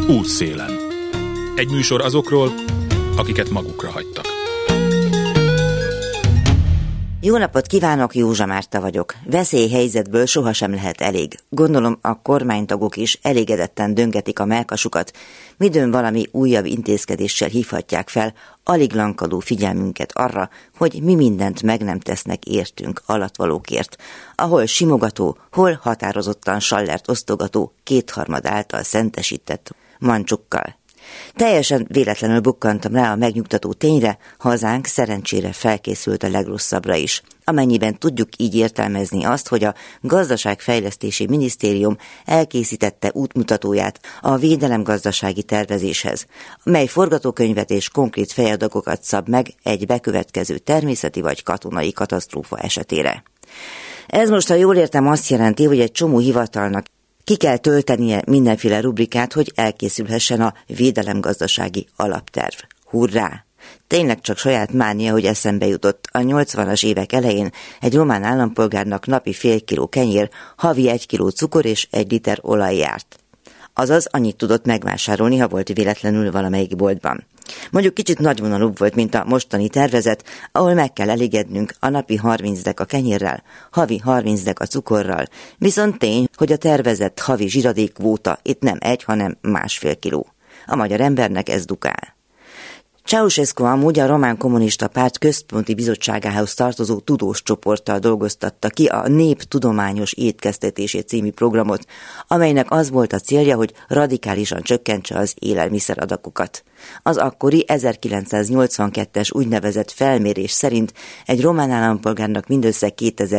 Útszélen. Egy műsor azokról, akiket magukra hagytak. Jó napot kívánok, Józsa Márta vagyok. Veszélyhelyzetből sohasem lehet elég. Gondolom a kormánytagok is elégedetten döngetik a mellkasukat, midőn valami újabb intézkedéssel hívhatják fel alig lankadó figyelmünket arra, hogy mi mindent meg nem tesznek értünk alattvalókért, ahol simogató, hol határozottan sallert osztogató kétharmad által szentesített mancsukkal. Teljesen véletlenül bukkantam rá a megnyugtató tényre, hazánk szerencsére felkészült a legrosszabbra is, amennyiben tudjuk így értelmezni azt, hogy a Gazdaságfejlesztési Minisztérium elkészítette útmutatóját a védelemgazdasági tervezéshez, mely forgatókönyvet és konkrét fejadagokat szab meg egy bekövetkező természeti vagy katonai katasztrófa esetére. Ez most, ha jól értem, azt jelenti, hogy egy csomó hivatalnak ki kell töltenie mindenféle rubrikát, hogy elkészülhessen a védelemgazdasági alapterv. Hurrá! Tényleg csak saját mánia, hogy eszembe jutott. A 80-as évek elején egy román állampolgárnak napi fél kiló kenyér, havi 1 kiló cukor és 1 liter olaj járt. Azaz annyit tudott megvásárolni, ha volt véletlenül valamelyik boltban. Mondjuk kicsit nagyvonalúbb volt, mint a mostani tervezet, ahol meg kell elégednünk a napi 30 deka kenyérrel, havi 30 deka cukorral, viszont tény, hogy a tervezett havi zsiradékkvóta itt nem 1, hanem 1,5 kiló. A magyar embernek ez dukál. Ceausescu amúgy a Román Kommunista Párt központi bizottságához tartozó tudós csoporttal dolgoztatta ki a Nép tudományos étkeztetését című programot, amelynek az volt a célja, hogy radikálisan csökkentse az élelmiszeradagokat. Az akkori 1982-es úgynevezett felmérés szerint egy román állampolgárnak mindössze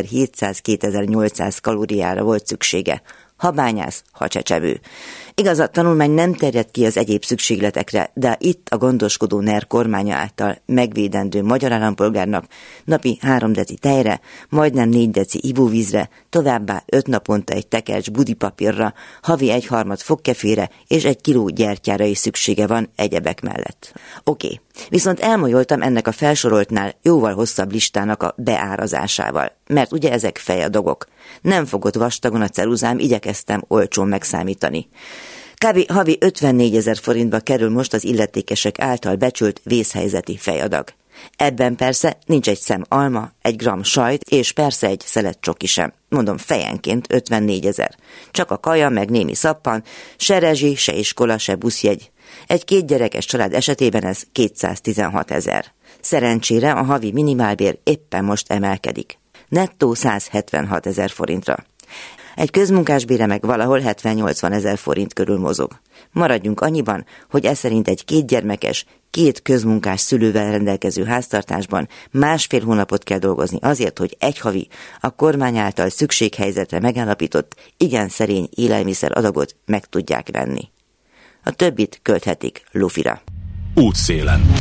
2700-2800 kalóriára volt szüksége, ha bányász, ha csecsemő. Igaz, a tanulmány nem terjed ki az egyéb szükségletekre, de itt a gondoskodó NER kormánya által megvédendő magyar állampolgárnak napi 3 deci tejre, majdnem 4 deci ivóvízre, továbbá 5 naponta egy tekercs budipapírra, havi 1/3 fogkefére és 1 kiló gyertyára is szüksége van egyebek mellett. Oké, viszont elmolyoltam ennek a felsoroltnál jóval hosszabb listának a beárazásával, mert ugye ezek fejadagok. Nem fogott vastagon a ceruzám, igyekeztem olcsón megszámítani. Kb. Havi 54 000 forintba kerül most az illetékesek által becsült vészhelyzeti fejadag. Ebben persze nincs egy szem alma, 1 gramm sajt, és persze egy szelet csoki sem. Mondom, fejenként 54 000. Csak a kaja, meg némi szappan, se rezsi, se iskola, se buszjegy. Egy 2 gyerekes család esetében ez 216 000. Szerencsére a havi minimálbér éppen most emelkedik. Nettó 176 000 forintra. Egy közmunkásbére meg valahol 70-80 000 forint körül mozog. Maradjunk annyiban, hogy ez szerint egy 2 gyermekes, 2 közmunkás szülővel rendelkező háztartásban 1,5 hónapot kell dolgozni azért, hogy egy havi, a kormány által szükséghelyzetre megállapított, igen szerény élelmiszer adagot meg tudják venni. A többit költhetik lufira. Útszélen.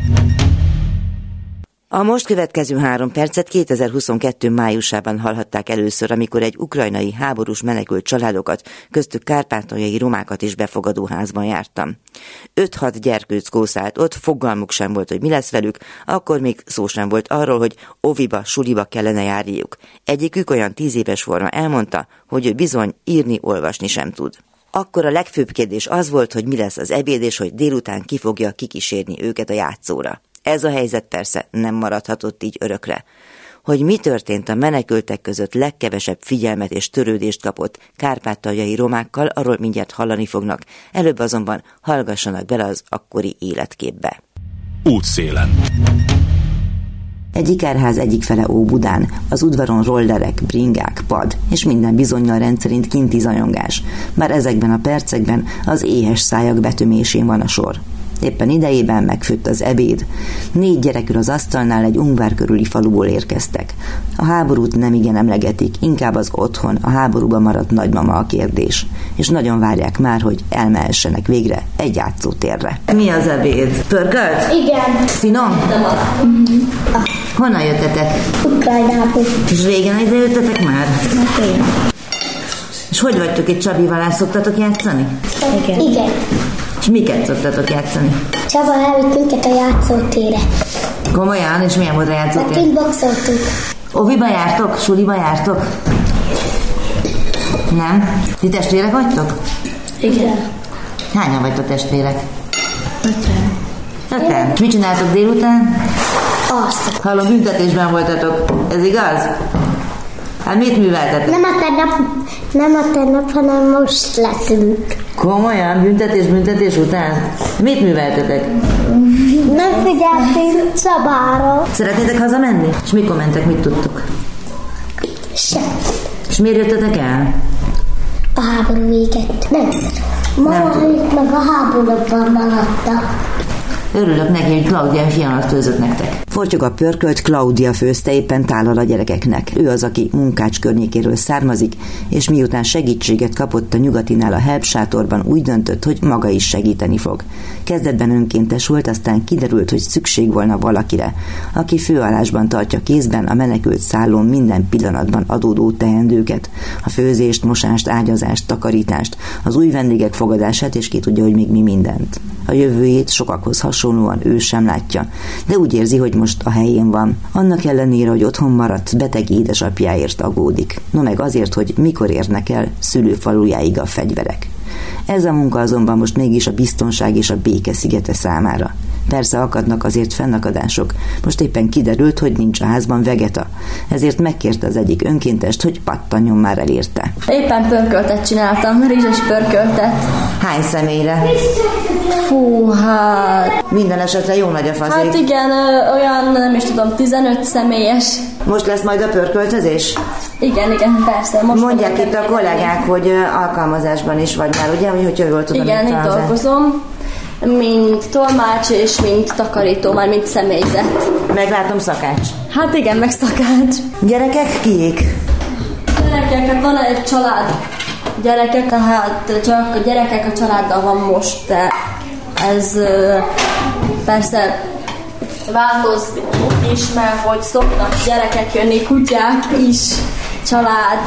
A most következő 3 percet 2022. májusában hallhatták először, amikor egy ukrajnai háborús menekült családokat, köztük kárpátaljai romákat is befogadó házban jártam. 5-6 gyerkőc kószált ott, fogalmuk sem volt, hogy mi lesz velük, akkor még szó sem volt arról, hogy oviba, suliba kellene járniuk. Egyikük olyan 10 éves forma elmondta, hogy ő bizony írni, olvasni sem tud. Akkor a legfőbb kérdés az volt, hogy mi lesz az ebéd, és hogy délután ki fogja kikísérni őket a játszóra. Ez a helyzet persze nem maradhatott így örökre. Hogy mi történt a menekültek között legkevesebb figyelmet és törődést kapott kárpátaljai romákkal, arról mindjárt hallani fognak, előbb azonban hallgassanak bele az akkori életképbe. Útszélen. Egy ikerház egyik fele Óbudán, az udvaron rollerek, bringák, pad, és minden bizonnyal rendszerint kinti zajongás, bár ezekben a percekben az éhes szájak betömésén van a sor. Éppen idejében megfőtt az ebéd. 4 gyerekül az asztalnál egy Ungvár körüli faluból érkeztek. A háborút nemigen emlegetik, inkább az otthon, a háborúban maradt nagymama a kérdés. És nagyon várják már, hogy elmehessenek végre egy játszótérre. Mi az ebéd? Pörkölt? Igen. Finom? Honnan jöttetek? Ukrajnából. És régen ide jöttetek már? Igen. És hogy vagytok itt Csabival, el szoktatok játszani? Igen. És miket szoktatok játszani? Csaba elvitt minket a játszótérre. Komolyan? És milyen volt a játszótér? Mert kint boxoltunk. Oviba jártok? Suliba jártok? Nem? Ti testvérek vagytok? Igen. Hányan vagytok testvérek? 5. 5. És mit csináltok délután? Azt. Hallom, büntetésben voltatok. Ez igaz? Hát mit műveltetek? Nem a tegnap, hanem most leszünk. Komolyan? Büntetés után? Mit műveltetek? Nem figyeltünk Csabára. Szeretnétek hazamenni? És mikor mentek, mit tudtuk? Sem. És miért jöttetek el? A háború véget. Nem. Mamáik meg a háborúban maradtak. Örülök neki, hogy Klaudia fiának főzött nektek. Fortyog a pörkölt, Klaudia főzte éppen tállal a gyerekeknek. Ő az, aki Munkács környékéről származik, és miután segítséget kapott a nyugatinál a Help sátorban, úgy döntött, hogy maga is segíteni fog. Kezdetben önkéntes volt, aztán kiderült, hogy szükség volna valakire, aki főállásban tartja kézben a menekült szállón minden pillanatban adódó teendőket, a főzést, mosást, ágyazást, takarítást, az új vendégek fogadását, és ki tudja, hogy még mi mindent. A jövőjét sokakhoz hasonlóan ő sem látja, de úgy érzi, hogy most a helyén van. Annak ellenére, hogy otthon maradt, beteg édesapjáért aggódik. No meg azért, hogy mikor érnek el szülőfalujáig a fegyverek. Ez a munka azonban most mégis a biztonság és a béke szigete számára. Persze akadnak azért fennakadások. Most éppen kiderült, hogy nincs a házban vegeta. Ezért megkérte az egyik önkéntest, hogy pattanjon már elérte. Éppen pörköltet csináltam, rizses pörköltet. Hány személyre? Fú, hát... Minden esetre jó nagy a fazék. Hát igen, olyan, nem is tudom, 15 személyes. Most lesz majd a pörköltözés? Igen, persze. Most mondják itt a kollégák, hogy alkalmazásban is vagy már, ugye? Hogy jól tudom. Igen, itt dolgozom. Mint tolmács és mint takarító, már mint személyzet. Meglátom szakács. Hát igen, meg szakács. Gyerekek kiék? Gyerekek, hát van egy család. Gyerekek, tehát csak a gyerekek a családdal van most, de ez persze változik is, mert hogy szoktak gyerekek jönni, kutyák is, család,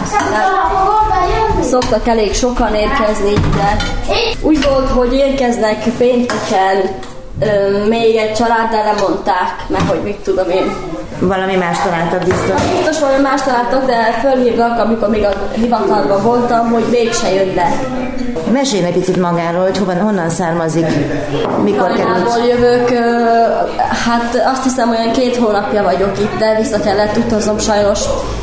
szoktak elég sokan érkezni, de úgy volt, hogy érkeznek pénteken még egy családdal, lemondták, mert hogy mit tudom én. Valami más találtak biztos. Biztos valami más találtak, de fölhívnak, amikor még a hivatalban voltam, hogy mégse jönnek. Mesélj egy picit magáról, hogy honnan származik, mikor került. Jövök, hát azt hiszem olyan 2 hónapja vagyok itt, de vissza kellett utaznom sajnos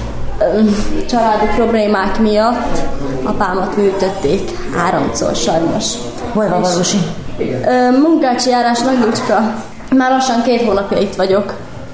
családi problémák miatt. Apámat műtötték 3-szor sajnos. Hol van Valósi? Munkácsi járás, Nagylucska. Már lassan 2 hónapja itt vagyok.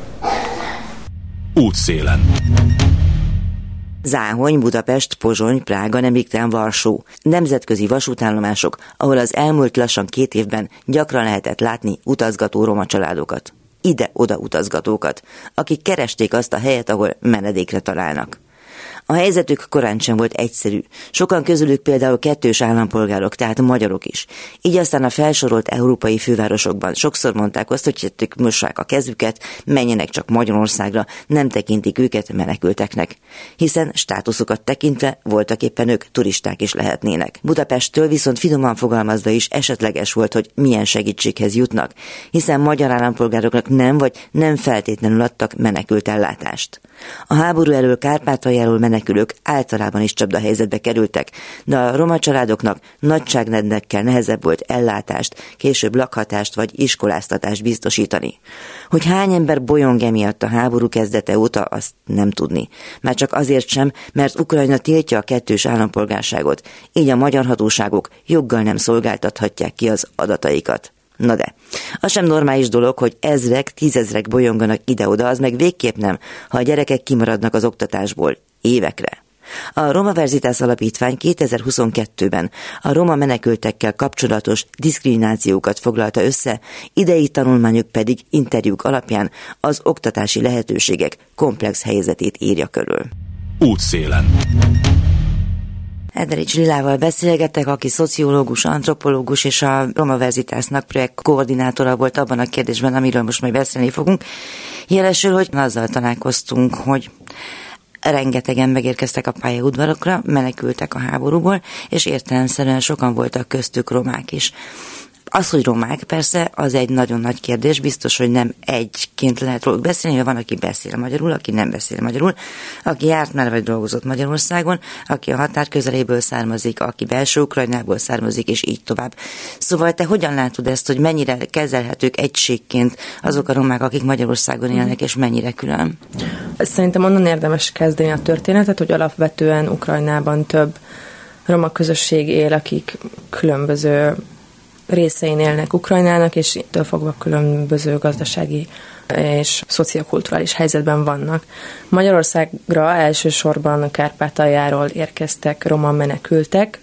Útszélen. Záhony, Budapest, Pozsony, Prága, nemrégtelen Varsó. Nemzetközi vasútállomások, ahol az elmúlt lassan 2 évben gyakran lehetett látni utazgató roma családokat. Ide-oda utazgatókat, akik keresték azt a helyet, ahol menedékre találnak. A helyzetük korán sem volt egyszerű. Sokan közülük például kettős állampolgárok, tehát magyarok is. Így aztán a felsorolt európai fővárosokban sokszor mondták azt, hogy mossák a kezüket, menjenek csak Magyarországra, nem tekintik őket menekülteknek. Hiszen státuszukat tekintve voltak éppen ők turisták is lehetnének. Budapesttől viszont finoman fogalmazva is esetleges volt, hogy milyen segítséghez jutnak, hiszen magyar állampolgároknak nem vagy nem feltétlenül adtak menekült ellátást. A háború elől Kárpátaljáról menekülők általában is csapdahelyzetbe kerültek, de a roma családoknak nagyságrendekkel nehezebb volt ellátást, később lakhatást vagy iskoláztatást biztosítani. Hogy hány ember bolyong emiatt a háború kezdete óta, azt nem tudni. Már csak azért sem, mert Ukrajna tiltja a kettős állampolgárságot, így a magyar hatóságok joggal nem szolgáltathatják ki az adataikat. Na de, az sem normális dolog, hogy ezrek, 10 000 bolyonganak ide-oda, az meg végképp nem, ha a gyerekek kimaradnak az oktatásból évekre. A Roma Verzitas Alapítvány 2022-ben a roma menekültekkel kapcsolatos diszkriminációkat foglalta össze, idei tanulmányuk pedig interjúk alapján az oktatási lehetőségek komplex helyzetét írja körül. Útszélen. Ederich Lilával beszélgettek, aki szociológus, antropológus és a Roma Verzitasnak projekt koordinátora volt abban a kérdésben, amiről most majd beszélni fogunk. Jelesül, hogy azzal találkoztunk, hogy rengetegen megérkeztek a pályaudvarokra, menekültek a háborúból, és értelemszerűen sokan voltak köztük romák is. Az, hogy romák, persze, az egy nagyon nagy kérdés, biztos, hogy nem egyként lehet róluk beszélni, mert van, aki beszél magyarul, aki nem beszél magyarul, aki járt már vagy dolgozott Magyarországon, aki a határ közeléből származik, aki belső Ukrajnából származik, és így tovább. Szóval te hogyan látod ezt, hogy mennyire kezelhetők egységként azok a romák, akik Magyarországon élnek, és mennyire külön? Szerintem onnan érdemes kezdeni a történetet, hogy alapvetően Ukrajnában több roma közösség él, akik különböző részein élnek Ukrajnának, és ettől fogva különböző gazdasági és szociokulturális helyzetben vannak. Magyarországra elsősorban Kárpátaljáról érkeztek roma menekültek.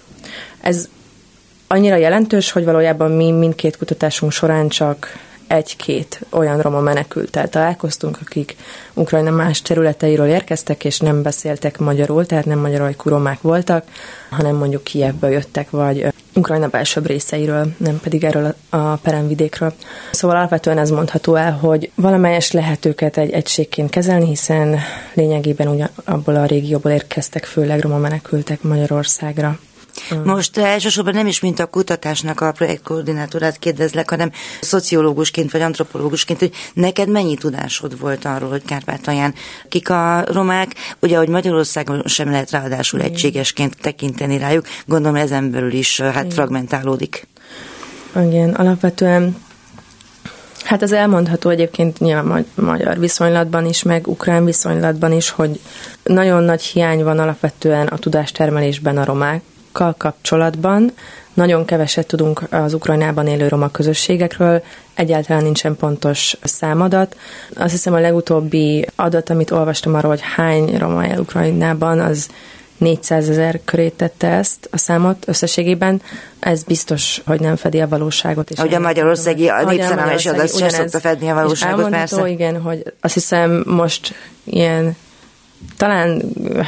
Ez annyira jelentős, hogy valójában mi mindkét kutatásunk során csak egy-két olyan roma menekülttel találkoztunk, akik Ukrajna más területeiről érkeztek, és nem beszéltek magyarul, tehát nem magyarajkú romák voltak, hanem mondjuk Kijevből jöttek, vagy Ukrajna belsőbb részeiről, nem pedig erről a peremvidékről. Szóval alapvetően ez mondható el, hogy valamelyest lehet őket egy egységként kezelni, hiszen lényegében abból a régióból érkeztek főleg roma menekültek Magyarországra. Most elsősorban nem is mint a kutatásnak a projektkoordinátorát kérdezlek, hanem szociológusként vagy antropológusként, hogy neked mennyi tudásod volt arról, hogy Kárpátalján kik a romák, ugye, hogy Magyarországon sem lehet ráadásul egységesként tekinteni rájuk, gondolom ezen belül is fragmentálódik. Igen, alapvetően hát az elmondható egyébként nyilván magyar viszonylatban is, meg ukrán viszonylatban is, hogy nagyon nagy hiány van alapvetően a tudástermelésben a romákkal kapcsolatban. Nagyon keveset tudunk az Ukrajnában élő roma közösségekről, egyáltalán nincsen pontos számadat. Azt hiszem, a legutóbbi adat, amit olvastam arról, hogy hány roma él Ukrajnában, az 400 000 köré tette ezt a számot összességében. Ez biztos, hogy nem fedi a valóságot. Ahogy a magyarországi népszámlálási adat sem szokta fedni a valóságot, persze. Igen, hogy azt hiszem most ilyen talán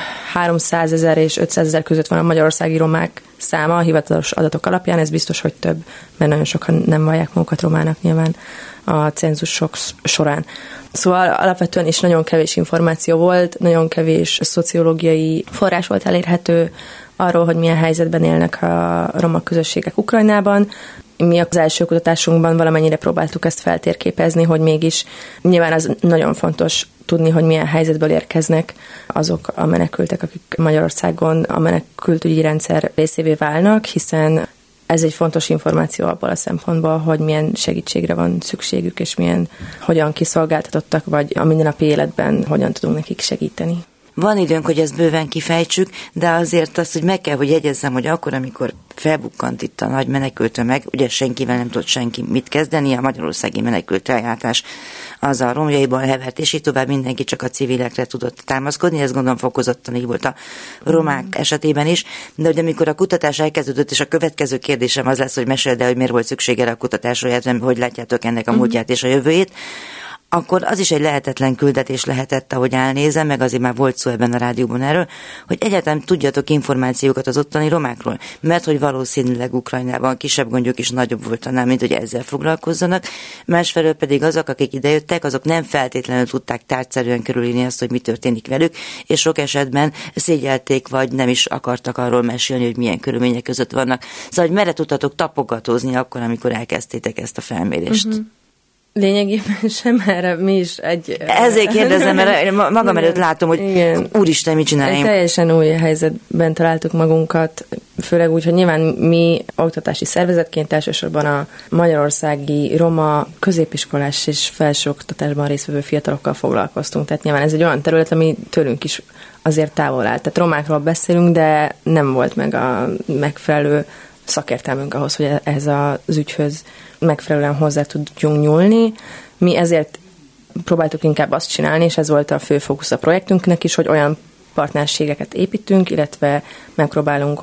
300 000 és 500 000 között van a magyarországi romák száma a hivatalos adatok alapján, ez biztos, hogy több, mert nagyon sokan nem vallják magukat romának nyilván a cenzusok során. Szóval alapvetően is nagyon kevés információ volt, nagyon kevés szociológiai forrás volt elérhető arról, hogy milyen helyzetben élnek a roma közösségek Ukrajnában. Mi az első kutatásunkban valamennyire próbáltuk ezt feltérképezni, hogy mégis nyilván az nagyon fontos tudni, hogy milyen helyzetből érkeznek azok a menekültek, akik Magyarországon a menekültügyi rendszer részévé válnak, hiszen ez egy fontos információ abból a szempontból, hogy milyen segítségre van szükségük, és hogyan kiszolgáltatottak, vagy a mindennapi életben hogyan tudunk nekik segíteni. Van időnk, hogy ezt bőven kifejtsük, de azért azt, hogy meg kell, hogy jegyezzem, hogy akkor, amikor felbukkant itt a nagy menekültömeg, ugye senkivel nem tudott senki mit kezdeni, a magyarországi menekült eljárás az a romjaiban hevert, és így tovább mindenki csak a civilekre tudott támaszkodni, ez gondolom fokozottan így volt a romák esetében is, de hogy amikor a kutatás elkezdődött, és a következő kérdésem az lesz, hogy meséld el, hogy miért volt szüksége a kutatásra, illetve hogy látjátok ennek a múltját és a jövőjét, akkor az is egy lehetetlen küldetés lehetett, ahogy elnézem, meg azért már volt szó ebben a rádióban erről, hogy egyáltalán tudjatok információkat az ottani romákról, mert hogy valószínűleg Ukrajnában kisebb gondjuk is nagyobb volt annál, mint hogy ezzel foglalkozzanak. Másfelől pedig azok, akik idejöttek, azok nem feltétlenül tudták tárgyszerűen körülírni azt, hogy mi történik velük, és sok esetben szégyelték, vagy nem is akartak arról mesélni, hogy milyen körülmények között vannak. Szóval, hogy merre tudtatok tapogatózni akkor, amikor elkezdtétek ezt a felmérést? Lényegében sem, erre mi is egy... Ezért kérdezem, mert magam előtt látom, hogy igen. Úristen, mit csináljunk? Teljesen új helyzetben találtuk magunkat, főleg úgy, hogy nyilván mi oktatási szervezetként elsősorban a magyarországi roma középiskolás és felsőoktatásban résztvevő fiatalokkal foglalkoztunk. Tehát nyilván ez egy olyan terület, ami tőlünk is azért távol áll. Tehát romákról beszélünk, de nem volt meg a megfelelő szakértelmünk ahhoz, hogy ez az ügyhöz megfelelően hozzá tudjunk nyúlni. Mi ezért próbáltuk inkább azt csinálni, és ez volt a fő fókusz a projektünknek is, hogy olyan partnerségeket építünk, illetve megpróbálunk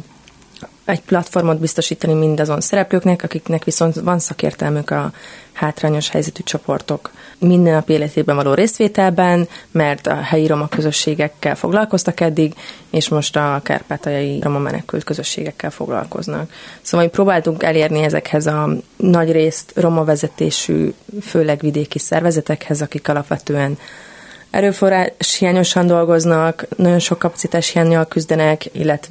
egy platformot biztosítani mindazon szereplőknek, akiknek viszont van szakértelmük a hátrányos helyzetű csoportok minden életében való részvételben, mert a helyi roma közösségekkel foglalkoztak eddig, és most a kárpátaljai roma menekült közösségekkel foglalkoznak. Szóval mi próbáltunk elérni ezekhez a nagy részt roma vezetésű, főleg vidéki szervezetekhez, akik alapvetően erőforrás hiányosan dolgoznak, nagyon sok kapacitás hiánnyal küzdenek, illetve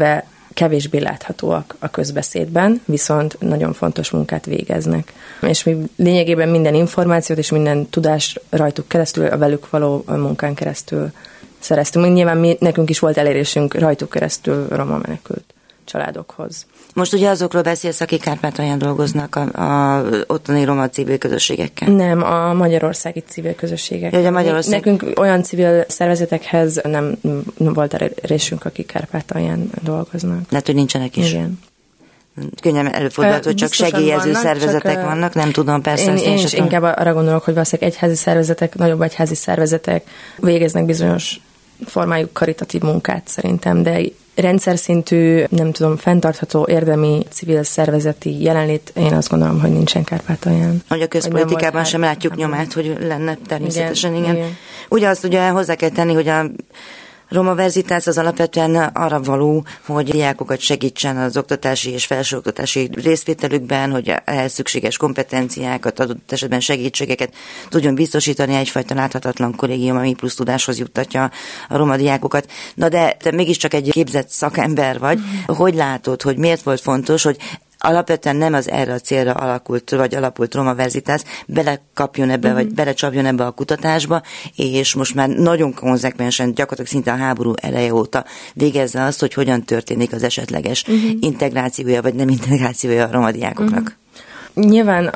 kevésbé láthatóak a közbeszédben, viszont nagyon fontos munkát végeznek. És mi lényegében minden információt és minden tudást rajtuk keresztül, a velük való munkán keresztül szereztünk. Még nyilván nekünk is volt elérésünk rajtuk keresztül roma menekült családokhoz. Most ugye azokról beszélsz, akik Kárpátalján dolgoznak a ottani roma civil közösségekkel? Nem, a magyarországi civil közösségek. Ja, Nekünk olyan civil szervezetekhez nem volt elérésünk, akik Kárpátalján dolgoznak. Lehet, hogy nincsenek is. Igen. Könnyen előfordulhat, hogy csak segélyező szervezetek vannak, nem tudom, persze. Én is inkább arra gondolok, hogy valószínűleg egyházi szervezetek, nagyobb egyházi szervezetek végeznek bizonyos formájú karitatív munkát szerintem, de rendszer szintű, nem tudom, fenntartható érdemi civil szervezeti jelenlét, én azt gondolom, hogy nincsen Kárpátalján. Hogy a közpolitikában sem látjuk nyomát, hogy lenne természetesen, igen. Ugye azt ugye hozzá kell tenni, hogy a Roma Verzitas az alapvetően arra való, hogy diákokat segítsen az oktatási és felsőoktatási részvételükben, hogy ehhez szükséges kompetenciákat, adott esetben segítségeket tudjon biztosítani, egyfajta láthatatlan kollégium, ami plusz tudáshoz juttatja a roma diákokat. Na de te mégiscsak egy képzett szakember vagy. Hogy látod, hogy miért volt fontos, hogy alapvetően nem az erre a célra alapult Roma Verzitas belekapjon ebbe, vagy belecsapjon ebbe a kutatásba, és most már nagyon konzekvensen, gyakorlatilag szinte a háború eleje óta végezze azt, hogy hogyan történik az esetleges integrációja, vagy nem integrációja a roma diákoknak. Nyilván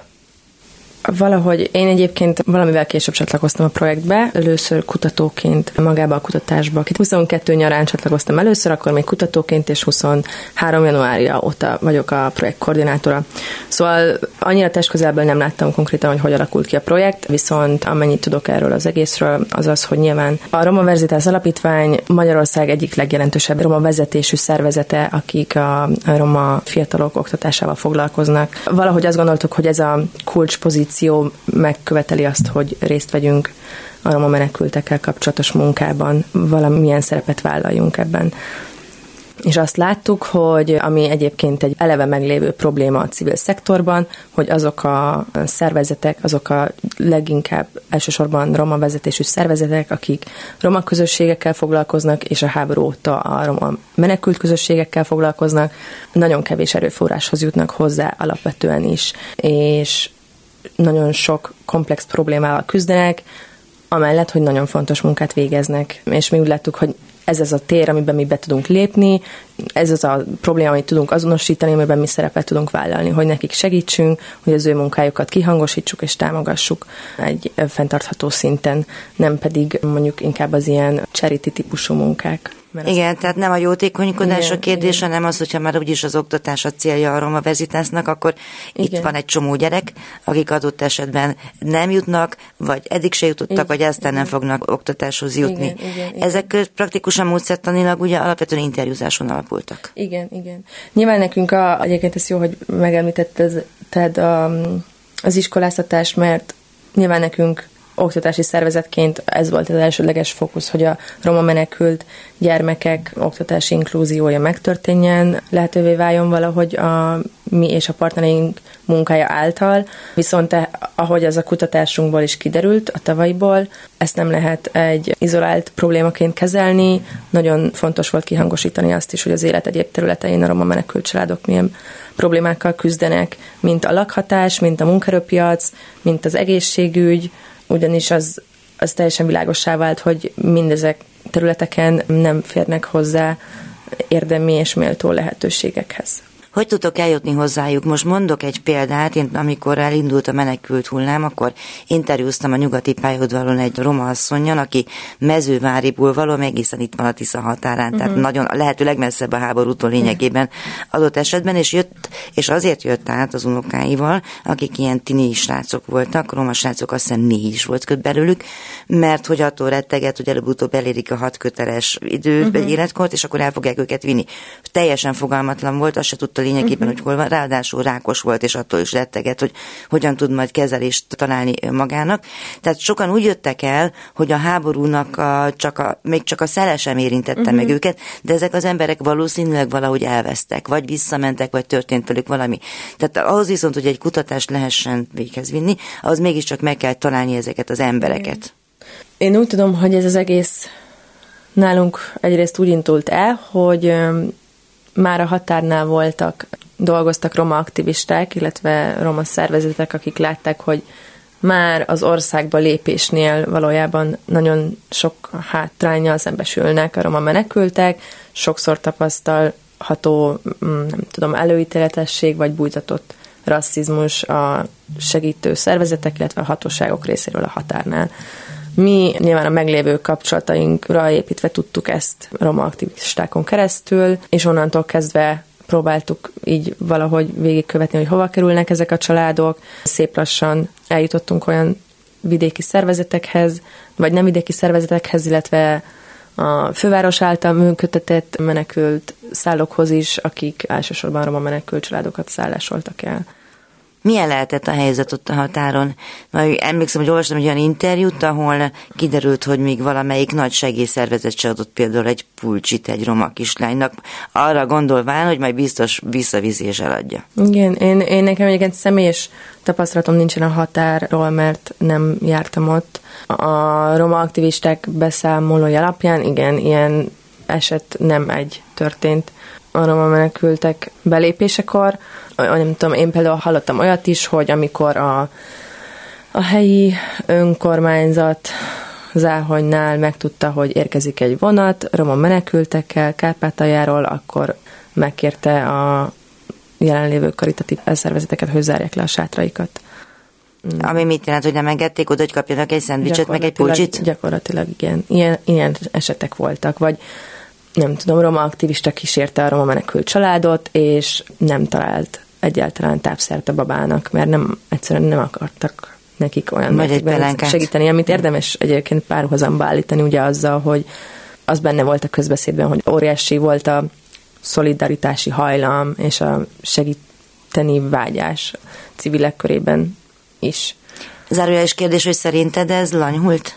valahogy én egyébként valamivel később csatlakoztam a projektbe, először kutatóként magába a kutatásba. 22 nyarán csatlakoztam először, akkor még kutatóként, és 23 januárja óta vagyok a projekt koordinátora. Szóval annyira testközelből nem láttam konkrétan, hogy alakult ki a projekt, viszont amennyit tudok erről az egészről, az az, hogy nyilván a Roma Verzitas Alapítvány Magyarország egyik legjelentősebb roma vezetésű szervezete, akik a roma fiatalok oktatásával foglalkoznak. Valahogy azt gondoltuk, hogy ez a kulcspozíció megköveteli azt, hogy részt vegyünk a roma menekültekkel kapcsolatos munkában, valamilyen szerepet vállaljunk ebben. És azt láttuk, hogy ami egyébként egy eleve meglévő probléma a civil szektorban, hogy azok a szervezetek, azok a leginkább elsősorban roma vezetésű szervezetek, akik roma közösségekkel foglalkoznak, és a háború óta a roma menekült közösségekkel foglalkoznak, nagyon kevés erőforráshoz jutnak hozzá alapvetően is, és nagyon sok komplex problémával küzdenek, amellett, hogy nagyon fontos munkát végeznek. És mi úgy láttuk, hogy ez az a tér, amiben mi be tudunk lépni, ez az a probléma, amit tudunk azonosítani, amiben mi szerepet tudunk vállalni, hogy nekik segítsünk, hogy az ő munkájukat kihangosítsuk és támogassuk egy fenntartható szinten, nem pedig mondjuk inkább az ilyen charity típusú munkák. Igen, tehát nem a jótékonykodás a kérdés, hanem az, hogyha már úgyis az oktatás a célja a Roma Verzitasnak, akkor itt van egy csomó gyerek, akik adott esetben nem jutnak, vagy eddig se jutottak, vagy aztán nem fognak oktatáshoz jutni. Ezek praktikusan módszertanilag ugye alapvetően interjúzáson alapultak. Igen. Nyilván nekünk egyébként ez jó, hogy megemlítetted az iskoláztatást, mert nyilván nekünk oktatási szervezetként ez volt az elsődleges fókusz, hogy a roma menekült gyermekek oktatási inklúziója megtörténjen, lehetővé váljon valahogy a mi és a partnereink munkája által, viszont ahogy ez a kutatásunkból is kiderült, a tavalyiból, ezt nem lehet egy izolált problémaként kezelni, nagyon fontos volt kihangosítani azt is, hogy az élet egyéb területein a roma menekült családok milyen problémákkal küzdenek, mint a lakhatás, mint a munkaerőpiac, mint az egészségügy, ugyanis az teljesen világossá vált, hogy mindezek területeken nem férnek hozzá érdemi és méltó lehetőségekhez. Hogy tudtok eljutni hozzájuk? Most mondok egy példát, én amikor elindult a menekült hullám, akkor interjúztam a nyugati pályaudvaron egy roma asszonnyal, aki Mezőváriból való, egészen itt van a Tisza határán, tehát nagyon lehető legmesszebb a háborútól lényegében adott esetben, és azért jött át az unokáival, akik ilyen tini srácok voltak, roma srácok, azt hiszem 4 is volt belőlük, mert hogy attól retteget, hogy előbb-utóbb elérik a 6 köteles életkort, és akkor el fogják őket vinni. Teljesen fogalmatlan volt, azt se tudta lényegében, hogy hol van, ráadásul rákos volt, és attól is retteget, hogy hogyan tud majd kezelést találni magának. Tehát sokan úgy jöttek el, hogy a háborúnak még csak a szele sem érintette meg őket, de ezek az emberek valószínűleg valahogy elvesztek, vagy visszamentek, vagy történt velük valami. Tehát ahhoz viszont, hogy egy kutatást lehessen véghez vinni, ahhoz mégiscsak meg kell találni ezeket az embereket. Én úgy tudom, hogy ez az egész nálunk egyrészt úgy indult el, hogy már a határnál dolgoztak roma aktivisták, illetve roma szervezetek, akik látták, hogy már az országba lépésnél valójában nagyon sok hátránnyal szembesülnek a roma menekültek, sokszor tapasztalható, nem tudom, előítéletesség vagy bújtatott rasszizmus a segítő szervezetek, illetve a hatóságok részéről a határnál. Mi nyilván a meglévő kapcsolatainkra építve tudtuk ezt roma aktivistákon keresztül, és onnantól kezdve próbáltuk így valahogy végigkövetni, hogy hova kerülnek ezek a családok. Szép lassan eljutottunk olyan vidéki szervezetekhez, vagy nem vidéki szervezetekhez, illetve a főváros által működtetett menekült szállókhoz is, akik elsősorban roma menekült családokat szállásoltak el. Milyen lehetett a helyzet ott a határon? Majd emlékszem, hogy olvastam egy olyan interjút, ahol kiderült, hogy még valamelyik nagy segélyszervezet se adott például egy pulcsit egy roma kislánynak, arra gondolván, hogy majd biztos visszaviszi és eladja. Igen, én nekem egyébként személyes tapasztalatom nincsen a határról, mert nem jártam ott. A roma aktivisták beszámolója alapján, igen, ilyen eset nem egy történt a roma menekültek belépésekor. Nem tudom, én például hallottam olyat is, hogy amikor a helyi önkormányzat Záhonynál megtudta, hogy érkezik egy vonat roma menekültekkel Kárpátaljáról, akkor megkérte a jelenlévő karitatív szervezeteket, hogy zárják le a sátraikat. Ami mit jelent, hogy nem engedték oda, hogy kapjanak egy szendvicset, meg egy pulcsit? Gyakorlatilag igen. Ilyen esetek voltak, vagy nem tudom, roma aktivista kísérte a roma menekült családot, és nem talált egyáltalán tápszert a babának, mert egyszerűen nem akartak nekik olyan mértékben segíteni, amit érdemes egyébként párhuzamba állítani ugye azzal, hogy az benne volt a közbeszédben, hogy óriási volt a szolidaritási hajlam és a segíteni vágyás civilek körében is. Zárójeles kérdés, hogy szerinted ez lanyhult?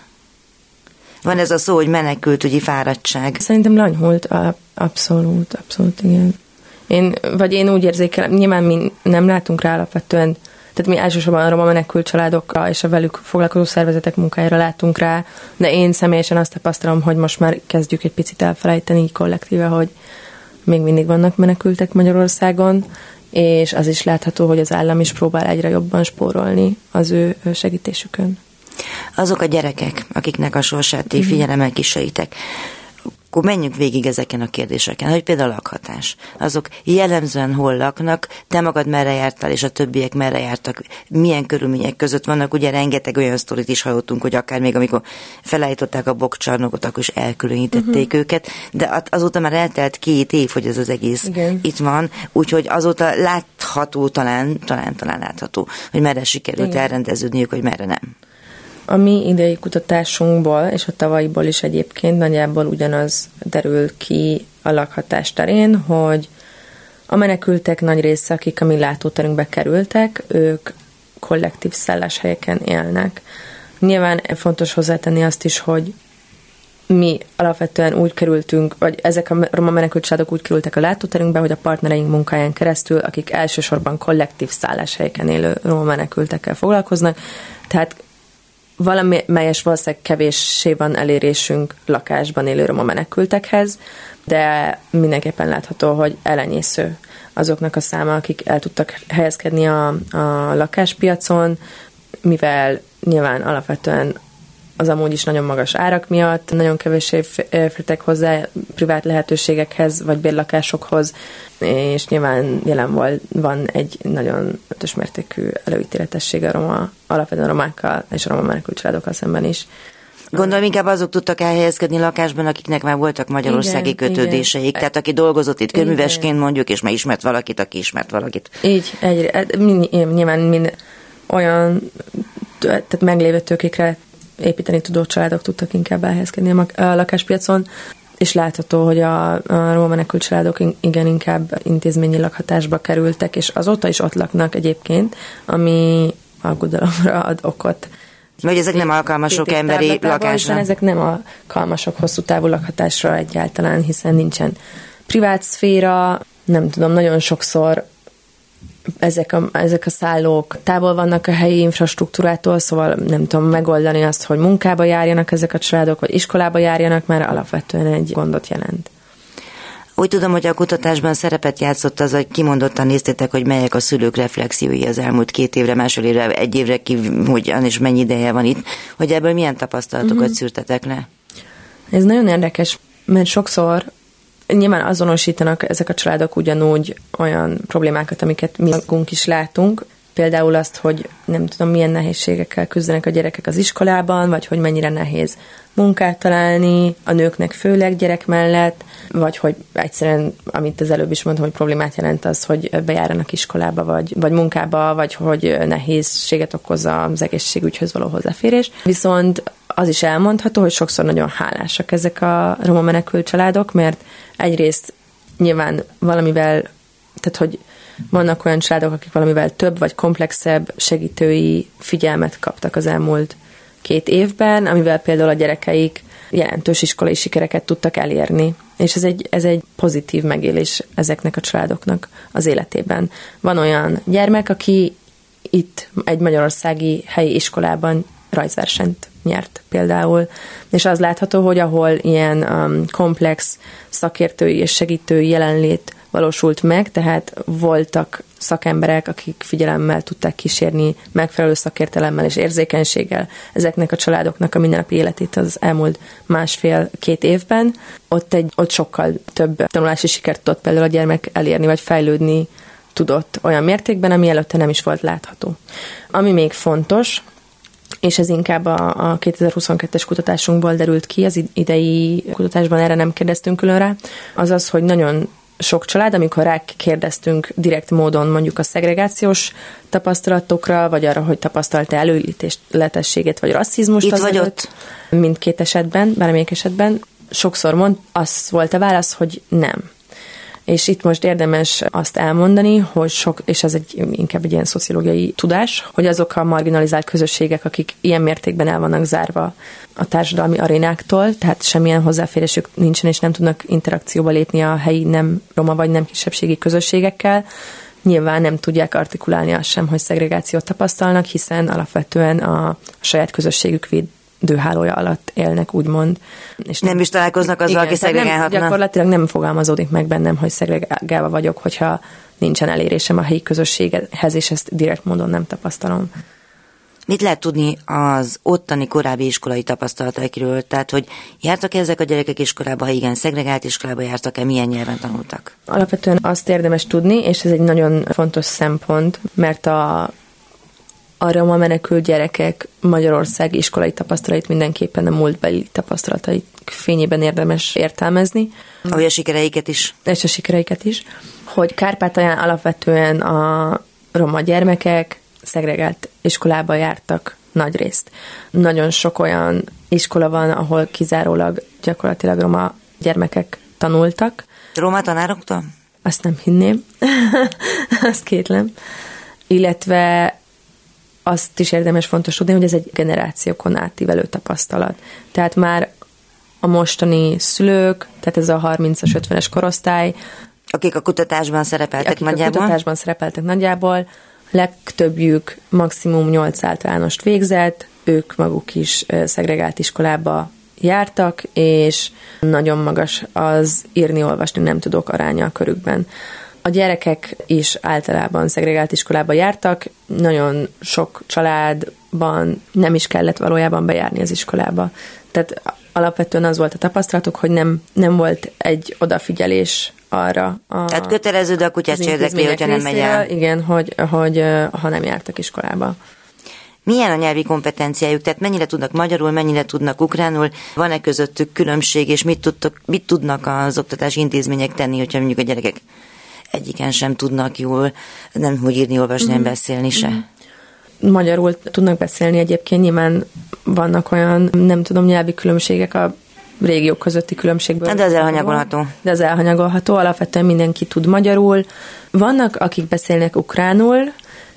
Van ez a szó, hogy menekültügyi fáradtság. Szerintem lanyhult, abszolút, igen. Én úgy érzékelem, nyilván mi nem látunk rá alapvetően, tehát mi elsősorban a roma menekült családokra és a velük foglalkozó szervezetek munkájára látunk rá, de én személyesen azt tapasztalom, hogy most már kezdjük egy picit elfelejteni kollektíve, hogy még mindig vannak menekültek Magyarországon, és az is látható, hogy az állam is próbál egyre jobban spórolni az ő segítésükön. Azok a gyerekek, akiknek a sorsát ti figyelemmel kíséritek, akkor menjünk végig ezeken a kérdéseken, hogy például a lakhatás. Azok jellemzően hol laknak, te magad merre jártál, és a többiek merre jártak, milyen körülmények között vannak, ugye rengeteg olyan sztorit is hallottunk, hogy akár még amikor felállították a bokcsarnokot, akkor is elkülönítették őket, de azóta már eltelt 2 év, hogy ez az egész itt van, úgyhogy azóta látható, talán látható, hogy merre sikerült elrendeződniük, hogy merre nem. A mi idei kutatásunkból, és a tavalyiból is egyébként nagyjából ugyanaz derül ki a lakhatás terén, hogy a menekültek nagy része, akik a mi látóterünkbe kerültek, ők kollektív szálláshelyeken élnek. Nyilván fontos hozzátenni azt is, hogy mi alapvetően úgy kerültünk, vagy ezek a roma menekült családok úgy kerültek a látóterünkbe, hogy a partnereink munkáján keresztül, akik elsősorban kollektív szálláshelyeken élő roma menekültekkel foglalkoznak, tehát valamelyes valószínűleg kevéssé van elérésünk lakásban élő roma menekültekhez, de mindenképpen látható, hogy elenyésző azoknak a száma, akik el tudtak helyezkedni a lakáspiacon, mivel nyilván alapvetően az amúgy is nagyon magas árak miatt nagyon kevéssé fértek hozzá privát lehetőségekhez, vagy bérlakásokhoz, és nyilván jelen van egy nagyon ötös mértékű előítéletesség alapvetően a romákkal és a roma menekült családokkal szemben is. Gondolom inkább azok tudtak elhelyezkedni lakásban, akiknek már voltak magyarországi kötődéseik, igen. Tehát aki dolgozott itt körművesként mondjuk, és már ismert valakit, aki ismert valakit. Így, nyilván olyan tehát meglévő tőkékre építeni tudó családok tudtak inkább elhelyezkedni a lakáspiacon, és látható, hogy a roma menekült családok igen inkább intézményi lakhatásba kerültek, és azóta is ott laknak egyébként, ami aggodalomra ad okot. Vagy ezek nem alkalmasok emberi lakásra? Hiszen ezek nem alkalmasok hosszú távú lakhatásra egyáltalán, hiszen nincsen privát szféra, nem tudom, nagyon sokszor ezek a szállók távol vannak a helyi infrastruktúrától, szóval nem tudom megoldani azt, hogy munkába járjanak ezek a családok, vagy iskolába járjanak, már alapvetően egy gondot jelent. Úgy tudom, hogy a kutatásban szerepet játszott az, hogy kimondottan néztétek, hogy melyek a szülők reflexiói az elmúlt 2 évre, másfél évre, 1 évre hogyan és mennyi ideje van itt, hogy ebből milyen tapasztalatokat szűrtetek le? Ez nagyon érdekes, mert sokszor nyilván azonosítanak ezek a családok ugyanúgy olyan problémákat, amiket mi magunk is látunk. Például azt, hogy nem tudom, milyen nehézségekkel küzdenek a gyerekek az iskolában, vagy hogy mennyire nehéz munkát találni, a nőknek főleg gyerek mellett, vagy hogy egyszerűen, amit az előbb is mondtam, hogy problémát jelent az, hogy bejárjanak iskolába, vagy munkába, vagy hogy nehézséget okozza az egészségügyhöz való hozzáférés. Viszont az is elmondható, hogy sokszor nagyon hálásak ezek a roma menekült családok, mert egyrészt nyilván valamivel, tehát hogy vannak olyan családok, akik valamivel több vagy komplexebb segítői figyelmet kaptak az elmúlt 2 évben, amivel például a gyerekeik jelentős iskolai sikereket tudtak elérni. És ez egy pozitív megélés ezeknek a családoknak az életében. Van olyan gyermek, aki itt egy magyarországi helyi iskolában rajzversenyt nyert például, és az látható, hogy ahol ilyen komplex szakértői és segítői jelenlét valósult meg, tehát voltak szakemberek, akik figyelemmel tudták kísérni, megfelelő szakértelemmel és érzékenységgel ezeknek a családoknak a mindennapi életét az elmúlt 1,5-2 évben. Ott sokkal több tanulási sikert tudott például a gyermek elérni, vagy fejlődni tudott olyan mértékben, ami előtte nem is volt látható. Ami még fontos, és ez inkább a 2022-es kutatásunkból derült ki, az idei kutatásban erre nem kérdeztünk külön rá, az az, hogy nagyon sok család, amikor rákérdeztünk direkt módon mondjuk a szegregációs tapasztalatokra, vagy arra, hogy tapasztalta előítéletességet, vagy rasszizmust. Itt vagy ott? Mindkét esetben, bármelyik esetben. Sokszor az volt a válasz, hogy nem. És itt most érdemes azt elmondani, hogy és ez inkább egy ilyen szociológiai tudás, hogy azok a marginalizált közösségek, akik ilyen mértékben el vannak zárva a társadalmi arénáktól, tehát semmilyen hozzáférésük nincsen, és nem tudnak interakcióba lépni a helyi nem roma vagy nem kisebbségi közösségekkel, nyilván nem tudják artikulálni azt sem, hogy szegregációt tapasztalnak, hiszen alapvetően a saját közösségük védőhálója alatt élnek, úgymond. És nem is találkoznak azzal, aki szegregálhatna. Gyakorlatilag nem fogalmazódik meg bennem, hogy szegregálva vagyok, hogyha nincsen elérésem a helyi közösséghez, és ezt direkt módon nem tapasztalom. Mit lehet tudni az ottani korábbi iskolai tapasztalataikról? Tehát, hogy jártak ezek a gyerekek iskolába, ha igen, szegregált iskolába jártak-e, milyen nyelven tanultak? Alapvetően azt érdemes tudni, és ez egy nagyon fontos szempont, mert a roma menekült gyerekek magyarországi iskolai tapasztalatait mindenképpen a múltbeli tapasztalataik fényében érdemes értelmezni. Ahogy a sikereiket is. És a sikereiket is. Hogy Kárpátalján alapvetően a roma gyermekek szegregált iskolába jártak nagyrészt. Nagyon sok olyan iskola van, ahol kizárólag gyakorlatilag roma gyermekek tanultak. Roma tanároktól? Azt nem hinném. Azt kétlem. Illetve azt is érdemes fontos tudni, hogy ez egy generációkon átívelő tapasztalat. Tehát már a mostani szülők, tehát ez a 30-as, 50-es korosztály, akik a kutatásban szerepeltek nagyjából, legtöbbjük maximum 8 általánost végzett, ők maguk is szegregált iskolába jártak, és nagyon magas az írni-olvasni nem tudók aránya a körükben. A gyerekek is általában szegregált iskolába jártak, nagyon sok családban nem is kellett valójában bejárni az iskolába. Tehát alapvetően az volt a tapasztalatuk, hogy nem volt egy odafigyelés arra. Tehát kötelező, de a kutyát se érdekli, hogyha nem megy el. Igen, hogy ha nem jártak iskolába. Milyen a nyelvi kompetenciájuk? Tehát mennyire tudnak magyarul, mennyire tudnak ukránul? Van-e közöttük különbség, és mit tudnak az oktatási intézmények tenni, hogyha mondjuk a gyerekek egyiken sem tudnak jól, nem hogy írni, olvasni, nem beszélni se? Magyarul tudnak beszélni egyébként, nyilván vannak olyan, nem tudom, nyelvi különbségek a régiók közötti különbségből. De ez elhanyagolható. Alapvetően mindenki tud magyarul. Vannak, akik beszélnek ukránul,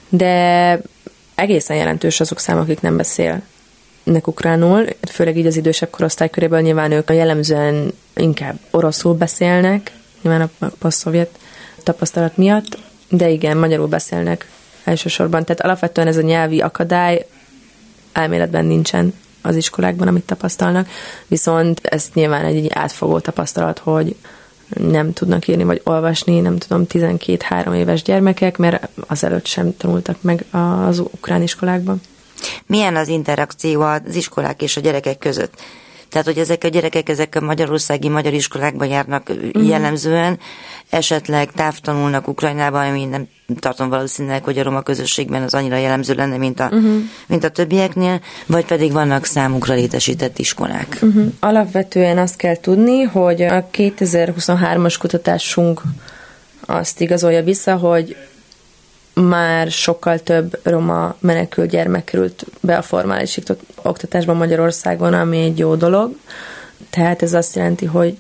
de egészen jelentős azok számok, akik nem beszélnek ukránul, főleg így az idősebb korosztály köréből nyilván ők jellemzően inkább oroszul beszélnek, nyilván a posztszovjet tapasztalat miatt, de igen, magyarul beszélnek elsősorban. Tehát alapvetően ez a nyelvi akadály elméletben nincsen az iskolákban, amit tapasztalnak, viszont ez nyilván egy átfogó tapasztalat, hogy nem tudnak írni vagy olvasni, nem tudom, 12-3 éves gyermekek, mert azelőtt sem tanultak meg az ukrán iskolákban. Milyen az interakció az iskolák és a gyerekek között? Tehát, hogy ezek a gyerekek, ezek a magyarországi magyar iskolákban járnak jellemzően, esetleg távtanulnak Ukrajnában, ami nem tartom valószínűleg, hogy a roma közösségben az annyira jellemző lenne, mint a többieknél, vagy pedig vannak számukra létesített iskolák. Alapvetően azt kell tudni, hogy a 2023-as kutatásunk azt igazolja vissza, hogy már sokkal több roma menekült gyermek került be a formális oktatásban Magyarországon, ami egy jó dolog. Tehát ez azt jelenti, hogy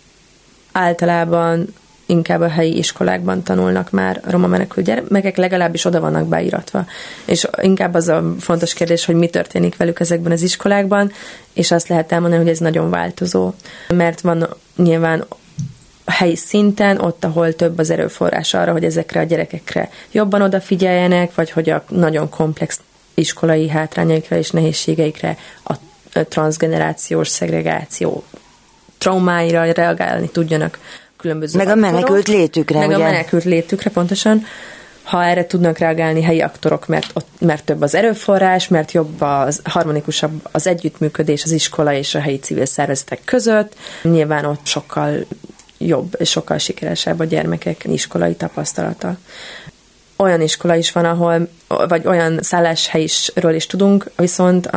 általában inkább a helyi iskolákban tanulnak már roma menekült gyermekek, legalábbis oda vannak beíratva. És inkább az a fontos kérdés, hogy mi történik velük ezekben az iskolákban, és azt lehet elmondani, hogy ez nagyon változó. Mert van nyilván helyi szinten, ott, ahol több az erőforrás arra, hogy ezekre a gyerekekre jobban odafigyeljenek, vagy hogy a nagyon komplex iskolai hátrányaikra és nehézségeikre, a transzgenerációs szegregáció traumáira reagálni tudjanak különböző meg aktorok. A menekült létükre, meg ugye? A menekült létükre, pontosan. Ha erre tudnak reagálni helyi aktorok, mert több az erőforrás, mert jobb harmonikusabb az együttműködés az iskola és a helyi civil szervezetek között, nyilván ott sokkal jobb és sokkal sikeresebb a gyermekek iskolai tapasztalata. Olyan iskola is van, vagy olyan szálláshelyről is tudunk, viszont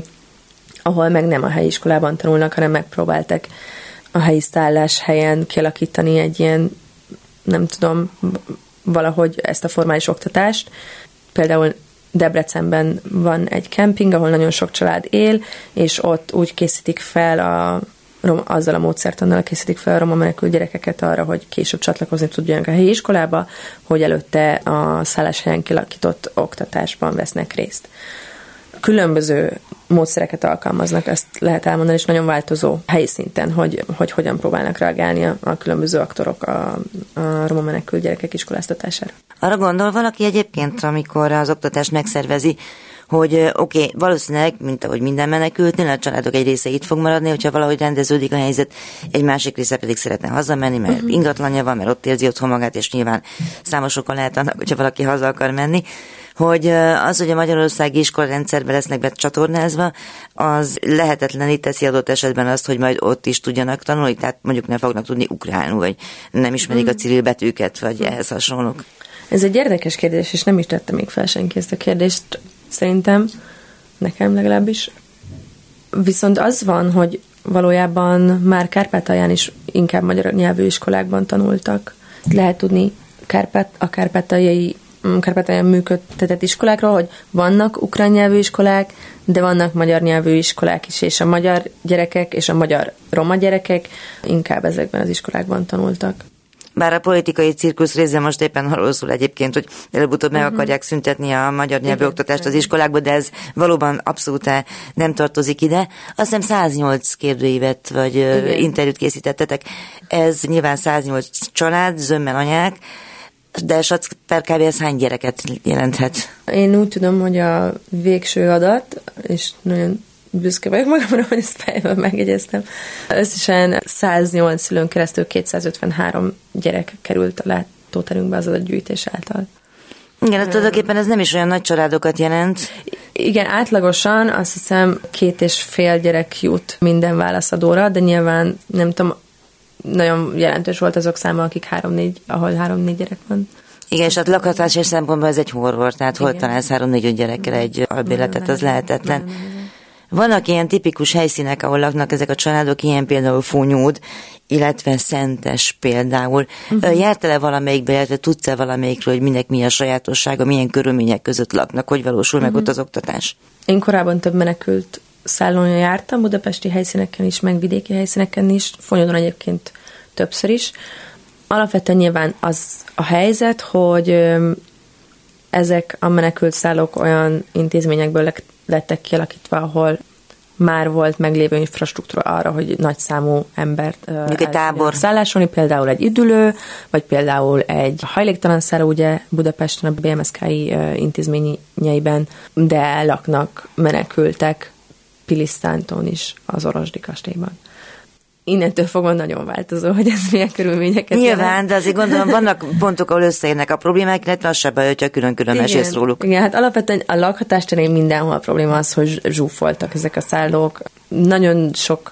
ahol meg nem a helyi iskolában tanulnak, hanem megpróbáltak a helyi szálláshelyen kialakítani egy ilyen, nem tudom, valahogy ezt a formális oktatást. Például Debrecenben van egy kemping, ahol nagyon sok család él, és ott úgy készítik fel azzal a módszertannal készítik fel a roma menekült gyerekeket arra, hogy később csatlakozni tudjanak a helyi iskolába, hogy előtte a szálláshelyen kialakított oktatásban vesznek részt. Különböző módszereket alkalmaznak, ezt lehet elmondani, és nagyon változó helyi szinten, hogy hogyan próbálnak reagálni a különböző aktorok a roma menekült gyerekek iskoláztatására. Arra gondol valaki egyébként, amikor az oktatást megszervezi, hogy oké, valószínűleg, mint ahogy minden menekültnél, a családok egy része itt fog maradni, hogyha valahogy rendeződik a helyzet, egy másik része pedig szeretne hazamenni, mert ingatlanja van, mert ott érzi otthon magát, és nyilván számos oka lehet annak, hogyha valaki haza akar menni, hogy az, hogy a magyarországi iskolarendszerbe lesznek becsatornázva, az lehetetlenít teszi adott esetben azt, hogy majd ott is tudjanak tanulni, tehát mondjuk nem fognak tudni ukránul, vagy nem ismerik a civil betűket, vagy ehhez hasonlók. Ez egy érdekes kérdés, és nem is tette még fel senki ezt a kérdést, szerintem, nekem legalábbis. Viszont az van, hogy valójában már Kárpátalján is inkább magyar nyelvű iskolákban tanultak. Lehet tudni a Kárpátalján működtetett iskolákról, hogy vannak ukrán nyelvű iskolák, de vannak magyar nyelvű iskolák is, és a magyar gyerekek és a magyar roma gyerekek inkább ezekben az iskolákban tanultak. Bár a politikai cirkusz része most éppen arról szól egyébként, hogy előbb-utóbb meg akarják szüntetni a magyar nyelvű oktatást az iskolákba, de ez valóban abszolút nem tartozik ide. Azt hiszem 108 kérdőívet vagy interjút készítettetek. Ez nyilván 108 család, zömmel anyák, de per kb. Ez hány gyereket jelenthet? Én úgy tudom, hogy a végső adat, és nagyon büszke vagyok magamra, hogy ezt fejben megjegyeztem. Összesen 108 szülőn keresztül 253 gyerek került a látóterünkbe az adatgyűjtés által. Igen, tulajdonképpen ez nem is olyan nagy családokat jelent. Igen, átlagosan azt hiszem 2,5 gyerek jut minden válaszadóra, de nyilván nem tudom, nagyon jelentős volt azok száma, akik 3-4 gyerek van. Igen, és a lakhatási szempontból ez egy horror, tehát hol találsz 3-4 gyerekkel egy albérletet, az lehetetlen. Vannak ilyen tipikus helyszínek, ahol laknak ezek a családok, ilyen például Fónyód, illetve Szentes például. Jártál-e valamelyikbe, illetve tudsz-e valamelyikről, hogy minek mi a sajátossága, milyen körülmények között laknak, hogy valósul meg ott az oktatás? Én korábban több menekült szállón jártam, budapesti helyszíneken is, meg vidéki helyszíneken is, Fónyódon egyébként többször is. Alapvetően nyilván az a helyzet, hogy ezek a menekült szállók olyan intézményekből lettek kialakítva, ahol már volt meglévő infrastruktúra arra, hogy nagy számú embert szállásolni, például egy üdülő, vagy például egy hajléktalan szálló, ugye Budapesten a BMSK-i intézményeiben, de laknak menekültek Pilisztántón is az Orosdi kastélyban. innentől fogva nagyon változó, hogy ez milyen körülményeket Nyilván, jelent. de azért gondolom vannak pontok, ahol összeérnek a problémák, illetve az se baj, hogyha külön-külön mesélsz róluk. Igen, hát alapvetően a lakhatás terén mindenhol a probléma az, hogy zsúfoltak ezek a szállók. Nagyon sok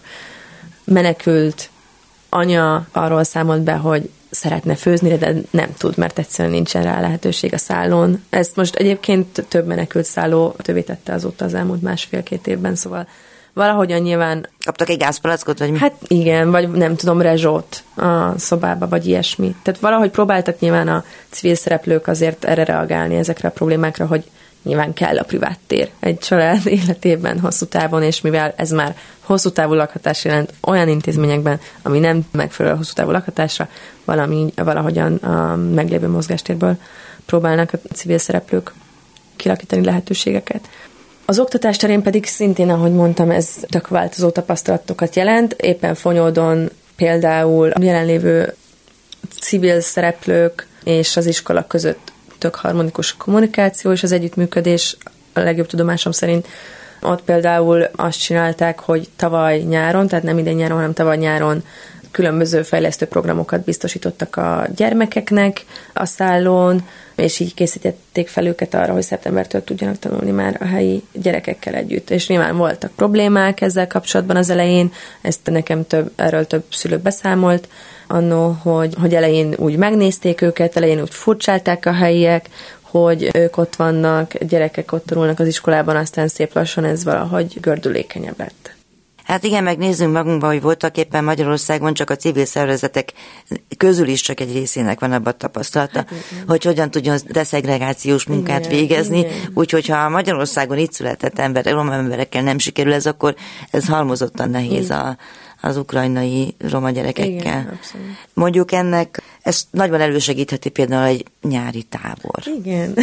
menekült anya arról számolt be, hogy szeretne főzni, de nem tud, mert egyszerűen nincsen rá lehetőség a szállón. Ezt most egyébként több menekült szálló többé tette azóta az elmúlt 1,5-2 évben, szóval valahogyan nyilván... Kaptak egy gázpalackot, vagy mi? Hát igen, vagy nem tudom, rezsót a szobába, vagy ilyesmi. Tehát valahogy próbáltak nyilván a civil szereplők azért erre reagálni, ezekre a problémákra, hogy nyilván kell a privát tér egy család életében hosszú távon, és mivel ez már hosszú távú lakhatás jelent olyan intézményekben, ami nem megfelelő a hosszú távú lakhatásra, valahogyan a meglévő mozgástérből próbálnak a civil szereplők kilakítani lehetőségeket. Az oktatás terén pedig szintén, ahogy mondtam, ez tök változó tapasztalatokat jelent. Éppen Fonyódon például a jelenlévő civil szereplők és az iskola között tök harmonikus kommunikáció és az együttműködés a legjobb tudomásom szerint. Ott például azt csinálták, hogy tavaly nyáron, tehát nem idén nyáron, hanem tavaly nyáron különböző fejlesztő programokat biztosítottak a gyermekeknek a szállón, és így készítették fel őket arra, hogy szeptembertől tudjanak tanulni már a helyi gyerekekkel együtt. És nyilván voltak problémák ezzel kapcsolatban az elején, ezt nekem erről több szülő beszámolt annó, hogy elején úgy megnézték őket, elején úgy furcsálták a helyiek, hogy ők ott vannak, gyerekek ott tanulnak az iskolában, aztán szép lassan ez valahogy gördülékenyebb lett. Hát igen, megnézzünk magunkba, hogy voltak éppen Magyarországon csak a civil szervezetek közül is csak egy részének van abban tapasztalata, hát, hogy hogyan tudjon deszegregációs munkát végezni. Úgyhogy ha Magyarországon itt született roma emberekkel nem sikerül ez, akkor ez halmozottan nehéz az ukrajnai roma gyerekekkel. Igen, mondjuk ezt nagyban elősegítheti például egy nyári tábor. Igen,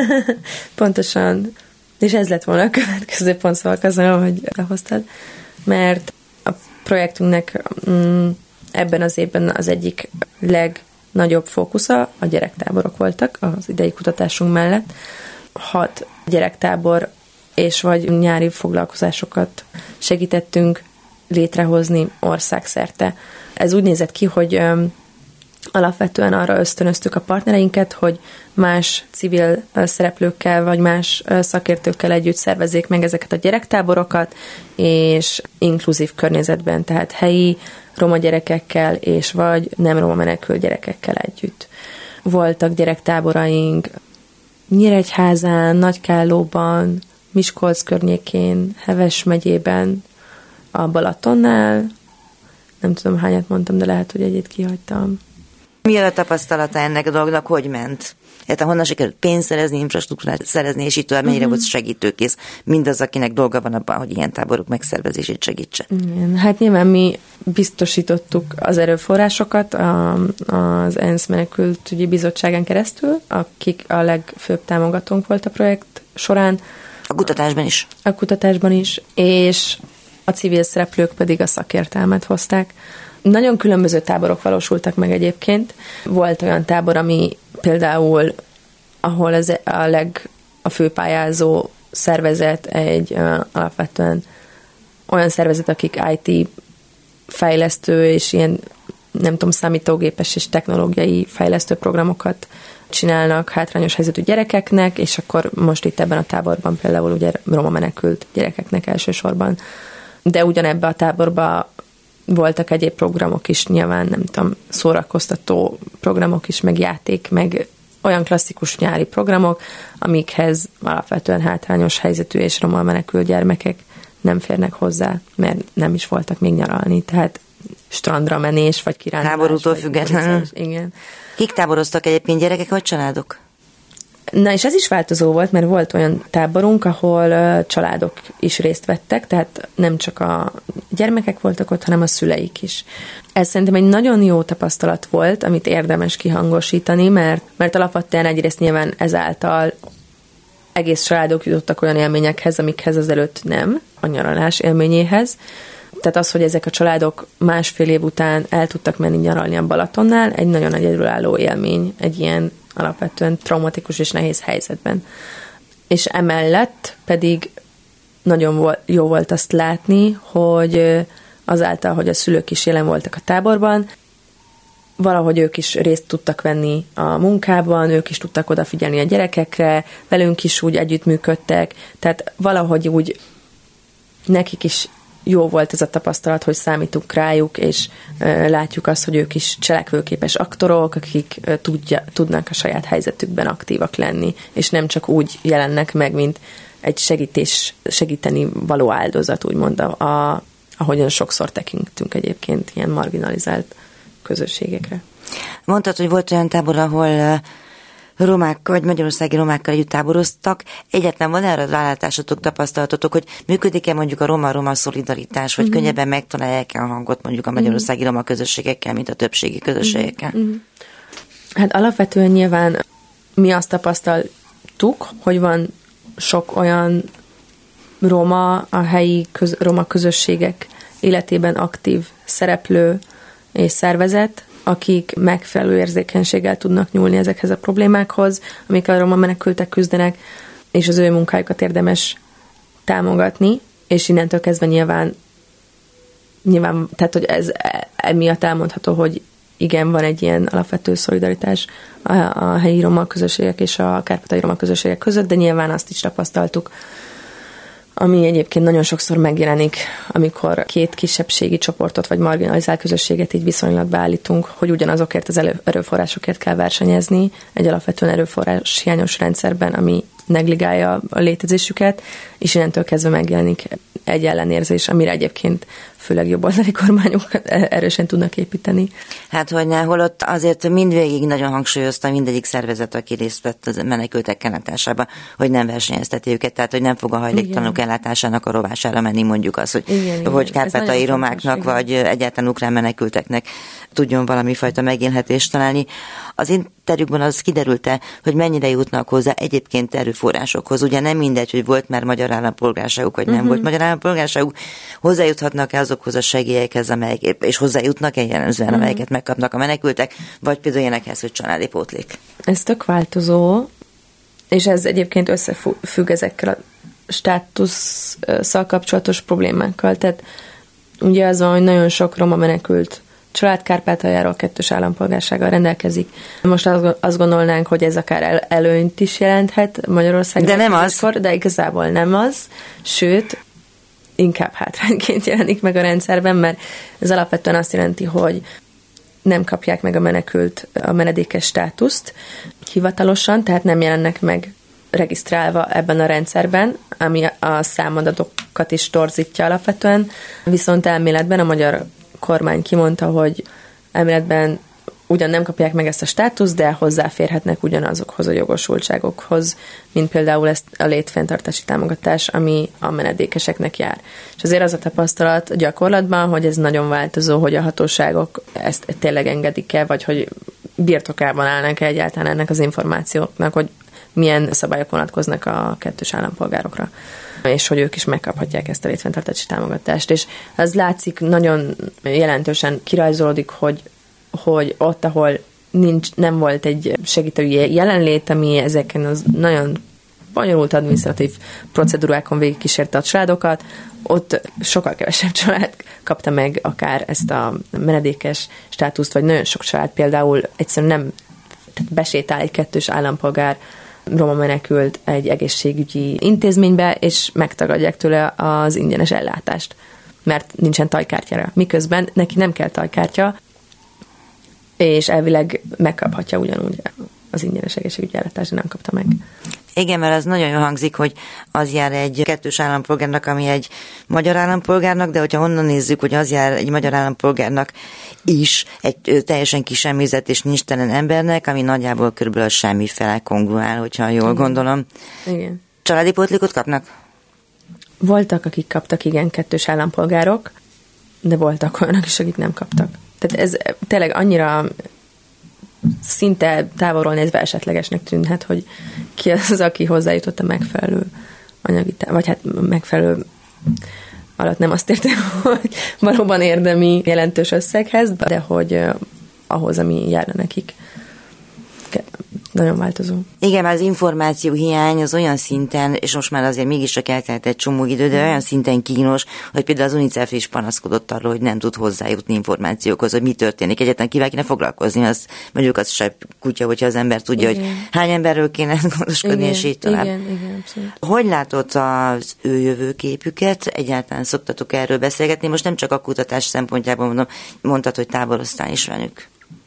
pontosan. És ez lett volna a következő pont, szóval köszönöm, hogy behoztad. Mert a projektünknek ebben az évben az egyik legnagyobb fókusza a gyerektáborok voltak az idei kutatásunk mellett. 6 gyerektábor és vagy nyári foglalkozásokat segítettünk létrehozni országszerte. Ez úgy nézett ki, hogy alapvetően arra ösztönöztük a partnereinket, hogy más civil szereplőkkel, vagy más szakértőkkel együtt szervezzék meg ezeket a gyerektáborokat, és inkluzív környezetben, tehát helyi roma gyerekekkel, és vagy nem roma menekült gyerekekkel együtt. Voltak gyerektáboraink Nyíregyházán, Nagykállóban, Miskolc környékén, Heves megyében, a Balatonnál, nem tudom hányat mondtam, de lehet, hogy egyet kihagytam. Mi a tapasztalata ennek a dolognak, hogy ment? Hát honnan sikerült pénzt szerezni, infrastruktúrát szerezni, és így tovább mennyire volt segítőkész mindaz, akinek dolga van abban, hogy ilyen táborok megszervezését segítse. Igen, hát nyilván mi biztosítottuk az erőforrásokat az ENSZ Menekültügyi Bizottságán keresztül, akik a legfőbb támogatónk volt a projekt során. A kutatásban is. A kutatásban is, és a civil szereplők pedig a szakértelmet hozták. Nagyon különböző táborok valósultak meg egyébként. Volt olyan tábor, ami például, ahol a főpályázó szervezet egy alapvetően olyan szervezet, akik IT fejlesztő és ilyen, nem tudom, számítógépes és technológiai fejlesztő programokat csinálnak hátrányos helyzetű gyerekeknek, és akkor most itt ebben a táborban például ugye roma menekült gyerekeknek elsősorban. De ugyanebben a táborban voltak egyéb programok is, nyilván nem tudom, szórakoztató programok is, meg játék, meg olyan klasszikus nyári programok, amikhez alapvetően hátrányos helyzetű és roma menekült gyermekek nem férnek hozzá, mert nem is voltak még nyaralni, tehát strandra menés, vagy kirándulás. Háborútól függetlenül. Igen. Kik táboroztak egyébként, gyerekek vagy családok? Na, és ez is változó volt, mert volt olyan táborunk, ahol családok is részt vettek, tehát nem csak a gyermekek voltak ott, hanem a szüleik is. Ez szerintem egy nagyon jó tapasztalat volt, amit érdemes kihangosítani, mert alapvetően egyrészt nyilván ezáltal egész családok jutottak olyan élményekhez, amikhez azelőtt nem, a nyaralás élményéhez. Tehát az, hogy ezek a családok 1,5 év után el tudtak menni nyaralni a Balatonnál, egy nagyon egyedülálló élmény, egy ilyen alapvetően traumatikus és nehéz helyzetben. És emellett pedig nagyon jó volt azt látni, hogy azáltal, hogy a szülők is jelen voltak a táborban, valahogy ők is részt tudtak venni a munkában, ők is tudtak odafigyelni a gyerekekre, velünk is úgy együttműködtek, tehát valahogy úgy nekik is jó volt ez a tapasztalat, hogy számítunk rájuk, és látjuk azt, hogy ők is cselekvőképes aktorok, akik tudnak a saját helyzetükben aktívak lenni, és nem csak úgy jelennek meg, mint egy segíteni való áldozat, úgymond, ahogyan sokszor tekintünk egyébként ilyen marginalizált közösségekre. Mondtad, hogy volt olyan tábor, ahol romákkal, vagy magyarországi romákkal együtt táboroztak. Egyáltalán van erre rálátásotok, tapasztalatotok, hogy működik-e mondjuk a roma-roma szolidaritás, vagy könnyebben megtalálják-e a hangot mondjuk a magyarországi roma közösségekkel, mint a többségi közösségekkel? Hát alapvetően nyilván mi azt tapasztaltuk, hogy van sok olyan roma, a helyi roma közösségek életében aktív szereplő és szervezet, akik megfelelő érzékenységgel tudnak nyúlni ezekhez a problémákhoz, amikkel a roma menekültek küzdenek, és az ő munkájukat érdemes támogatni, és innentől kezdve nyilván tehát, hogy ez emiatt elmondható, hogy igen, van egy ilyen alapvető szolidaritás a helyi roma közösségek és a kárpátaljai roma közösségek között, de nyilván azt is tapasztaltuk, ami egyébként nagyon sokszor megjelenik, amikor két kisebbségi csoportot vagy marginalizált közösséget így viszonylatba állítunk, hogy ugyanazokért az erőforrásokért kell versenyezni egy alapvetően erőforrás hiányos rendszerben, ami negligálja a létezésüket, és innentől kezdve megjelenik egy ellenérzés, amire egyébként főleg jobboldali kormányok erősen tudnak építeni. Hát hogyne, holott azért mindvégig nagyon hangsúlyozta mindegyik szervezet, aki részt vett a menekültek ellátásában, hogy nem versenyezteti őket, tehát hogy nem fog a hajléktalanok ellátásának a rovására menni, mondjuk az, hogy kárpátaljai romáknak, vagy egyáltalán ukrán menekülteknek tudjon valami fajta megélhetést találni. Az interjúkban az kiderült-e, hogy mennyire jutnak hozzá egyébként erőforrásokhoz. Ugye nem mindegy, hogy volt már magyar állampolgárságuk, vagy nem volt magyar állampolgárságuk. Hozzájuthatnak-e azokhoz a segélyekhez, amelyek, és hozzájutnak-e jellemzően, amelyeket megkapnak a menekültek, vagy például ilyenekhez, hogy családi pótlék? Ez tök változó, és ez egyébként összefügg ezekkel a státusszal kapcsolatos problémákkal. Tehát ugye az, hogy nagyon sok roma menekült család Kárpátaljáról kettős állampolgársággal rendelkezik. Most azt gondolnánk, hogy ez akár előnyt is jelenthet Magyarországon. De nem az. De igazából nem az, sőt, inkább hátrányként jelenik meg a rendszerben, mert ez alapvetően azt jelenti, hogy nem kapják meg a menekült a menedékes státuszt hivatalosan, tehát nem jelennek meg regisztrálva ebben a rendszerben, ami a számadatokat is torzítja alapvetően, viszont elméletben a magyar kormány kimondta, hogy elméletben ugyan nem kapják meg ezt a státuszt, de hozzáférhetnek ugyanazokhoz a jogosultságokhoz, mint például ezt a létfenntartási támogatás, ami a menedékeseknek jár. És azért az a tapasztalat gyakorlatban, hogy ez nagyon változó, hogy a hatóságok ezt tényleg engedik-e, vagy hogy birtokában állnak egyáltalán ennek az információknak, hogy milyen szabályok vonatkoznak a kettős állampolgárokra, és hogy ők is megkaphatják ezt a létfenntartási támogatást. És az látszik, nagyon jelentősen kirajzolódik, hogy ott, ahol nem volt egy segítői jelenlét, ami ezeken az nagyon bonyolult adminisztratív procedúrákon végigkísérte a családokat, ott sokkal kevesebb család kapta meg akár ezt a menedékes státuszt, vagy nagyon sok család például egyszerűen nem besétál egy kettős állampolgár roma menekült egy egészségügyi intézménybe, és megtagadják tőle az ingyenes ellátást, mert nincsen tajkártyára. Miközben neki nem kell tajkártya, és elvileg megkaphatja ugyanúgy az ingyenes egészségügyi ellátást, de nem kapta meg. Igen, mert az nagyon jól hangzik, hogy az jár egy kettős állampolgárnak, ami egy magyar állampolgárnak, de hogyha onnan nézzük, hogy az jár egy magyar állampolgárnak is, egy teljesen kisemmizett és nincstelen embernek, ami nagyjából körülbelül semmifele kongruál, hogyha jól gondolom. Igen. Családi pótlékot kapnak? Voltak, akik kaptak, igen, kettős állampolgárok, de voltak olyanok is, akik nem kaptak. Tehát ez tényleg annyira szinte távolról nézve esetlegesnek tűnhet, hogy ki az, aki hozzájutott a megfelelő anyagi, vagy hát megfelelő alatt nem azt értem, hogy valóban érdemi jelentős összeghez, de hogy ahhoz, ami járna nekik. nagyon változó. Igen, már az információ hiány az olyan szinten, és most már azért mégiscsak eltelt egy csomó idő, de olyan szinten kínos, hogy például az UNICEF is panaszkodott arról, hogy nem tud hozzájutni információkhoz, hogy mi történik. Egyáltalán kivel kéne foglalkozni, az mondjuk az se kutya, hogyha az ember tudja, igen, hogy hány emberről kéne gondoskodni, és így tovább. Igen, abszolút. Hogy látod az ő jövőképüket? Egyáltalán szoktatok erről beszélgetni? Most nem csak a kutatás szempontjából mondom, mondtad, hogy táboroztál is velük.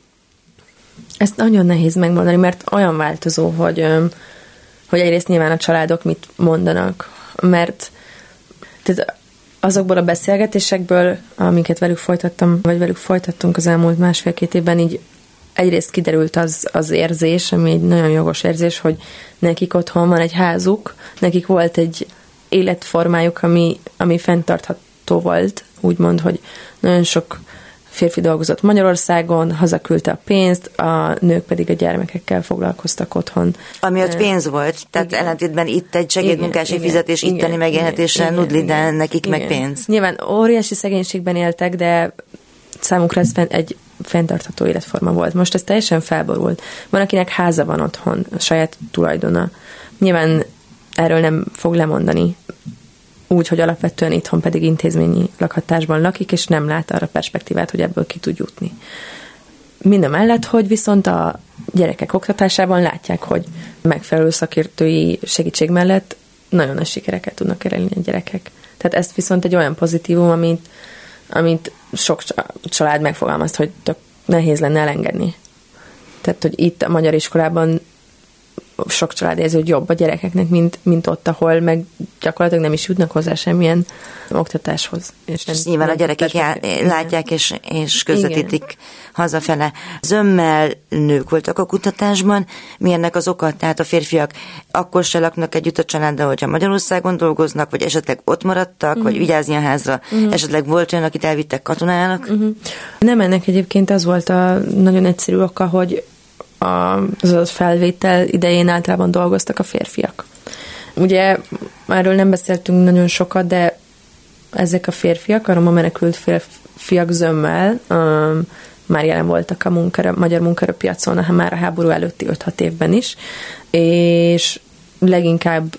Ezt nagyon nehéz megmondani, mert olyan változó, hogy egyrészt nyilván a családok mit mondanak, mert tehát azokból a beszélgetésekből, amiket velük folytattam, vagy velük folytattunk az elmúlt 1,5-2 évben, így egyrészt kiderült az érzés, ami egy nagyon jogos érzés, hogy nekik otthon van egy házuk, nekik volt egy életformájuk, ami fenntartható volt, úgymond, hogy nagyon sok férfi dolgozott Magyarországon, hazaküldte a pénzt, a nők pedig a gyermekekkel foglalkoztak otthon. Ami ott pénz volt, tehát igen, ellentétben itt egy segédmunkási fizetés, itteni megélhetésre nudli, de nekik meg pénz. Nyilván óriási szegénységben éltek, de számunkra ez egy fenntartható életforma volt. Most ez teljesen felborult. Van, akinek háza van otthon, a saját tulajdona. Nyilván erről nem fog lemondani. Úgy, hogy alapvetően itthon pedig intézményi lakhatásban lakik, és nem lát arra perspektívát, hogy ebből ki tud jutni. Mindamellett, hogy viszont a gyerekek oktatásában látják, hogy megfelelő szakértői segítség mellett nagyon nagy sikereket tudnak elérni a gyerekek. Tehát ez viszont egy olyan pozitívum, amit sok család megfogalmazt, hogy tök nehéz lenne elengedni. Tehát, hogy itt a magyar iskolában sok család érzi, hogy jobb a gyerekeknek, mint ott, ahol meg gyakorlatilag nem is jutnak hozzá semmilyen oktatáshoz. És nyilván a gyerekek látják és közvetítik hazafele. Zömmel nők voltak a kutatásban. Mi ennek az oka? Tehát a férfiak akkor se laknak együtt a családdal, hogyha Magyarországon dolgoznak, vagy esetleg ott maradtak, vagy vigyázni a házra. Esetleg volt olyan, akit elvittek katonának? Nem, ennek egyébként az volt a nagyon egyszerű oka, hogy az felvétel idején általában dolgoztak a férfiak. Ugye erről nem beszéltünk nagyon sokat, de ezek a férfiak, a roma menekült férfiak zömmel már jelen voltak a magyar munkaerőpiacon, már a háború előtti 5-6 évben is, és leginkább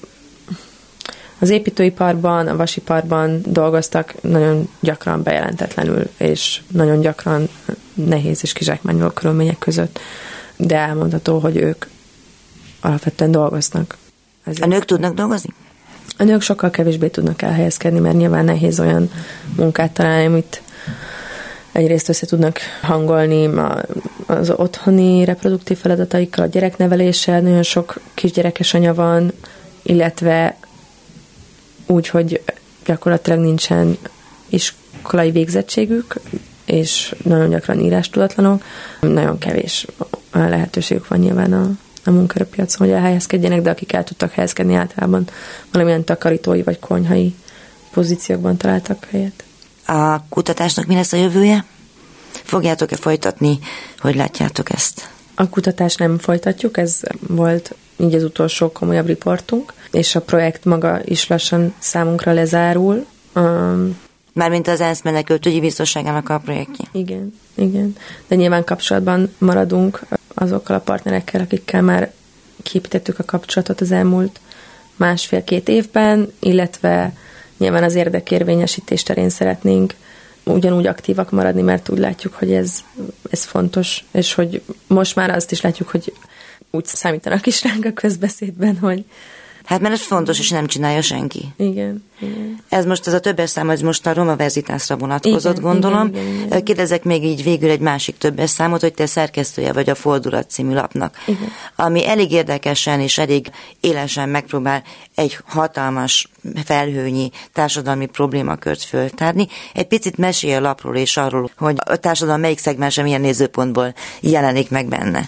az építőiparban, a vasiparban dolgoztak nagyon gyakran bejelentetlenül, és nagyon gyakran nehéz és kizsákmányoló körülmények között. De elmondható, hogy ők alapvetően dolgoznak. A nők tudnak dolgozni? A nők sokkal kevésbé tudnak elhelyezkedni, mert nyilván nehéz olyan munkát találni, amit egyrészt össze tudnak hangolni az otthoni reproduktív feladataikkal, a gyerekneveléssel, nagyon sok kisgyerekes anya van, illetve úgy, hogy gyakorlatilag nincsen iskolai végzettségük, és nagyon gyakran írástudatlanok, nagyon kevés lehetőségük van nyilván a munkaerőpiacon, hogy elhelyezkedjenek, de akik el tudtak helyezkedni, általában valamilyen takarítói vagy konyhai pozíciókban találtak helyet. A kutatásnak mi lesz a jövője? Fogjátok-e folytatni? Hogy látjátok ezt? A kutatást nem folytatjuk, ez volt így az utolsó komolyabb riportunk, és a projekt maga is lassan számunkra lezárul. Mármint az ENSZ menekültügyi biztonságának a projektje. Igen. De nyilván kapcsolatban maradunk azokkal a partnerekkel, akikkel már kiépítettük a kapcsolatot az elmúlt 1,5-2 évben, illetve nyilván az érdekérvényesítés terén szeretnénk ugyanúgy aktívak maradni, mert úgy látjuk, hogy ez fontos, és hogy most már azt is látjuk, hogy úgy számítanak is ránk a közbeszédben, hogy hát mert ez fontos, és nem csinálja senki. Igen. Ez most, ez a többes szám, ez most a Roma Verzitásra vonatkozott, gondolom. Igen. Kérdezek még így végül egy másik többes számot, hogy te szerkesztője vagy a Fordulat című lapnak. Igen. Ami elég érdekesen és elég élesen megpróbál egy hatalmas felhőnyi társadalmi problémakört föltárni. Egy picit mesélj a lapról és arról, hogy a társadalom melyik szegmense milyen nézőpontból jelenik meg benne.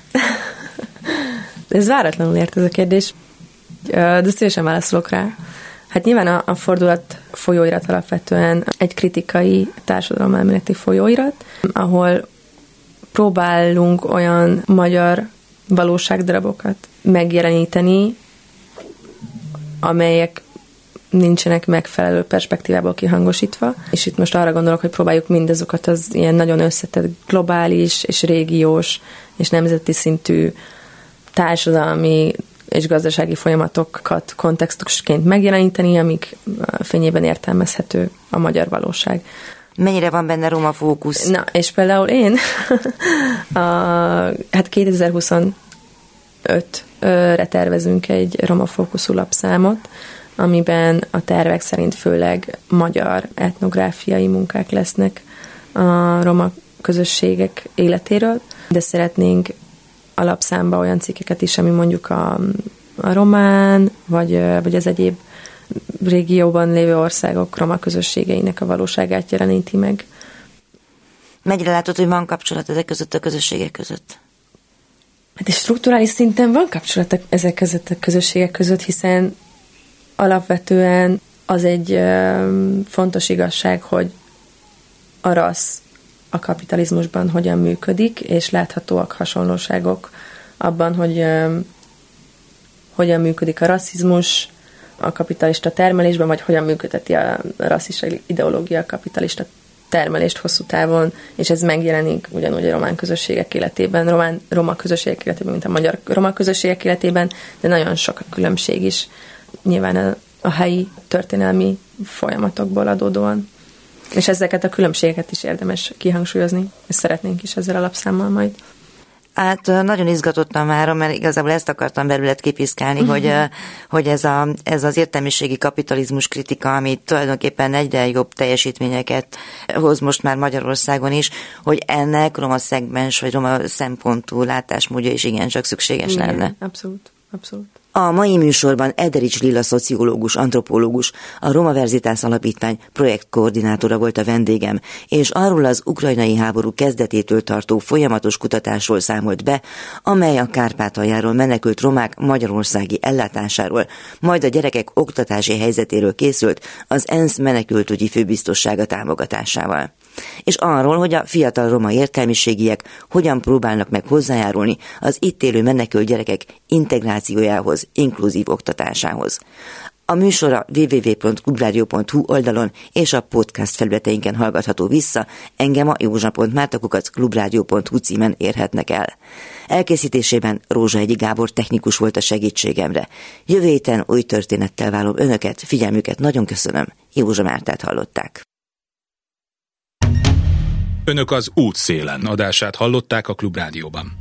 Ez váratlanul ért ez a kérdés, de szívesen válaszolok rá. Hát nyilván a Fordulat folyóirat alapvetően egy kritikai társadalomelméleti folyóirat, ahol próbálunk olyan magyar valóságdarabokat megjeleníteni, amelyek nincsenek megfelelő perspektívából kihangosítva, és itt most arra gondolok, hogy próbáljuk mindazokat az ilyen nagyon összetett globális és régiós és nemzeti szintű társadalmi és gazdasági folyamatokat kontextusként megjeleníteni, amik fényében értelmezhető a magyar valóság. Mennyire van benne roma fókusz? Na, és például én 2025-re tervezünk egy roma fókuszú lapszámot, amiben a tervek szerint főleg magyar etnográfiai munkák lesznek a roma közösségek életéről, de szeretnénk a lapszámba olyan cikkeket is, ami mondjuk a román, vagy az egyéb régióban lévő országok roma közösségeinek a valóságát jeleníti meg. Mennyire látod, hogy van kapcsolat ezek között a közösségek között? Hát és strukturális szinten van kapcsolat ezek között a közösségek között, hiszen alapvetően az egy fontos igazság, hogy a rassz a kapitalizmusban hogyan működik, és láthatóak hasonlóságok abban, hogy hogyan működik a rasszizmus a kapitalista termelésben, vagy hogyan működteti a rasszista ideológia a kapitalista termelést hosszú távon, és ez megjelenik ugyanúgy a román közösségek életében, roma közösségek életében, mint a magyar roma közösségek életében, de nagyon sok a különbség is, nyilván a helyi történelmi folyamatokból adódóan. És ezeket a különbségeket is érdemes kihangsúlyozni, és szeretnénk is ezzel a lapszámmal majd. Hát nagyon izgatottam már, mert igazából ezt akartam belőled kipiszkálni, hogy ez az értelmiségi kapitalizmus kritika, ami tulajdonképpen egyre jobb teljesítményeket hoz most már Magyarországon is, hogy ennek roma szegmens vagy roma szempontú látásmódja is igencsak szükséges lenne. Abszolút, abszolút. A mai műsorban Ederich Lilla szociológus, antropológus, a Roma Verzitas Alapítvány projektkoordinátora volt a vendégem, és arról az ukrajnai háború kezdetétől tartó folyamatos kutatásról számolt be, amely a Kárpátaljáról menekült romák magyarországi ellátásáról, majd a gyerekek oktatási helyzetéről készült az ENSZ menekültügyi főbiztossága támogatásával. És arról, hogy a fiatal roma értelmiségiek hogyan próbálnak meg hozzájárulni az itt élő menekült gyerekek integrációjához, inkluzív oktatásához. A műsor a www.klubradio.hu oldalon és a podcast felületeinken hallgatható vissza, engem a józsna.mártakukac.klubradio.hu címen érhetnek el. Elkészítésében Rózsahegyi Gábor technikus volt a segítségemre. Jövő héten új történettel várom önöket, figyelmüket nagyon köszönöm. Józsa Mártát hallották. Önök az Útszélen adását hallották a Klubrádióban.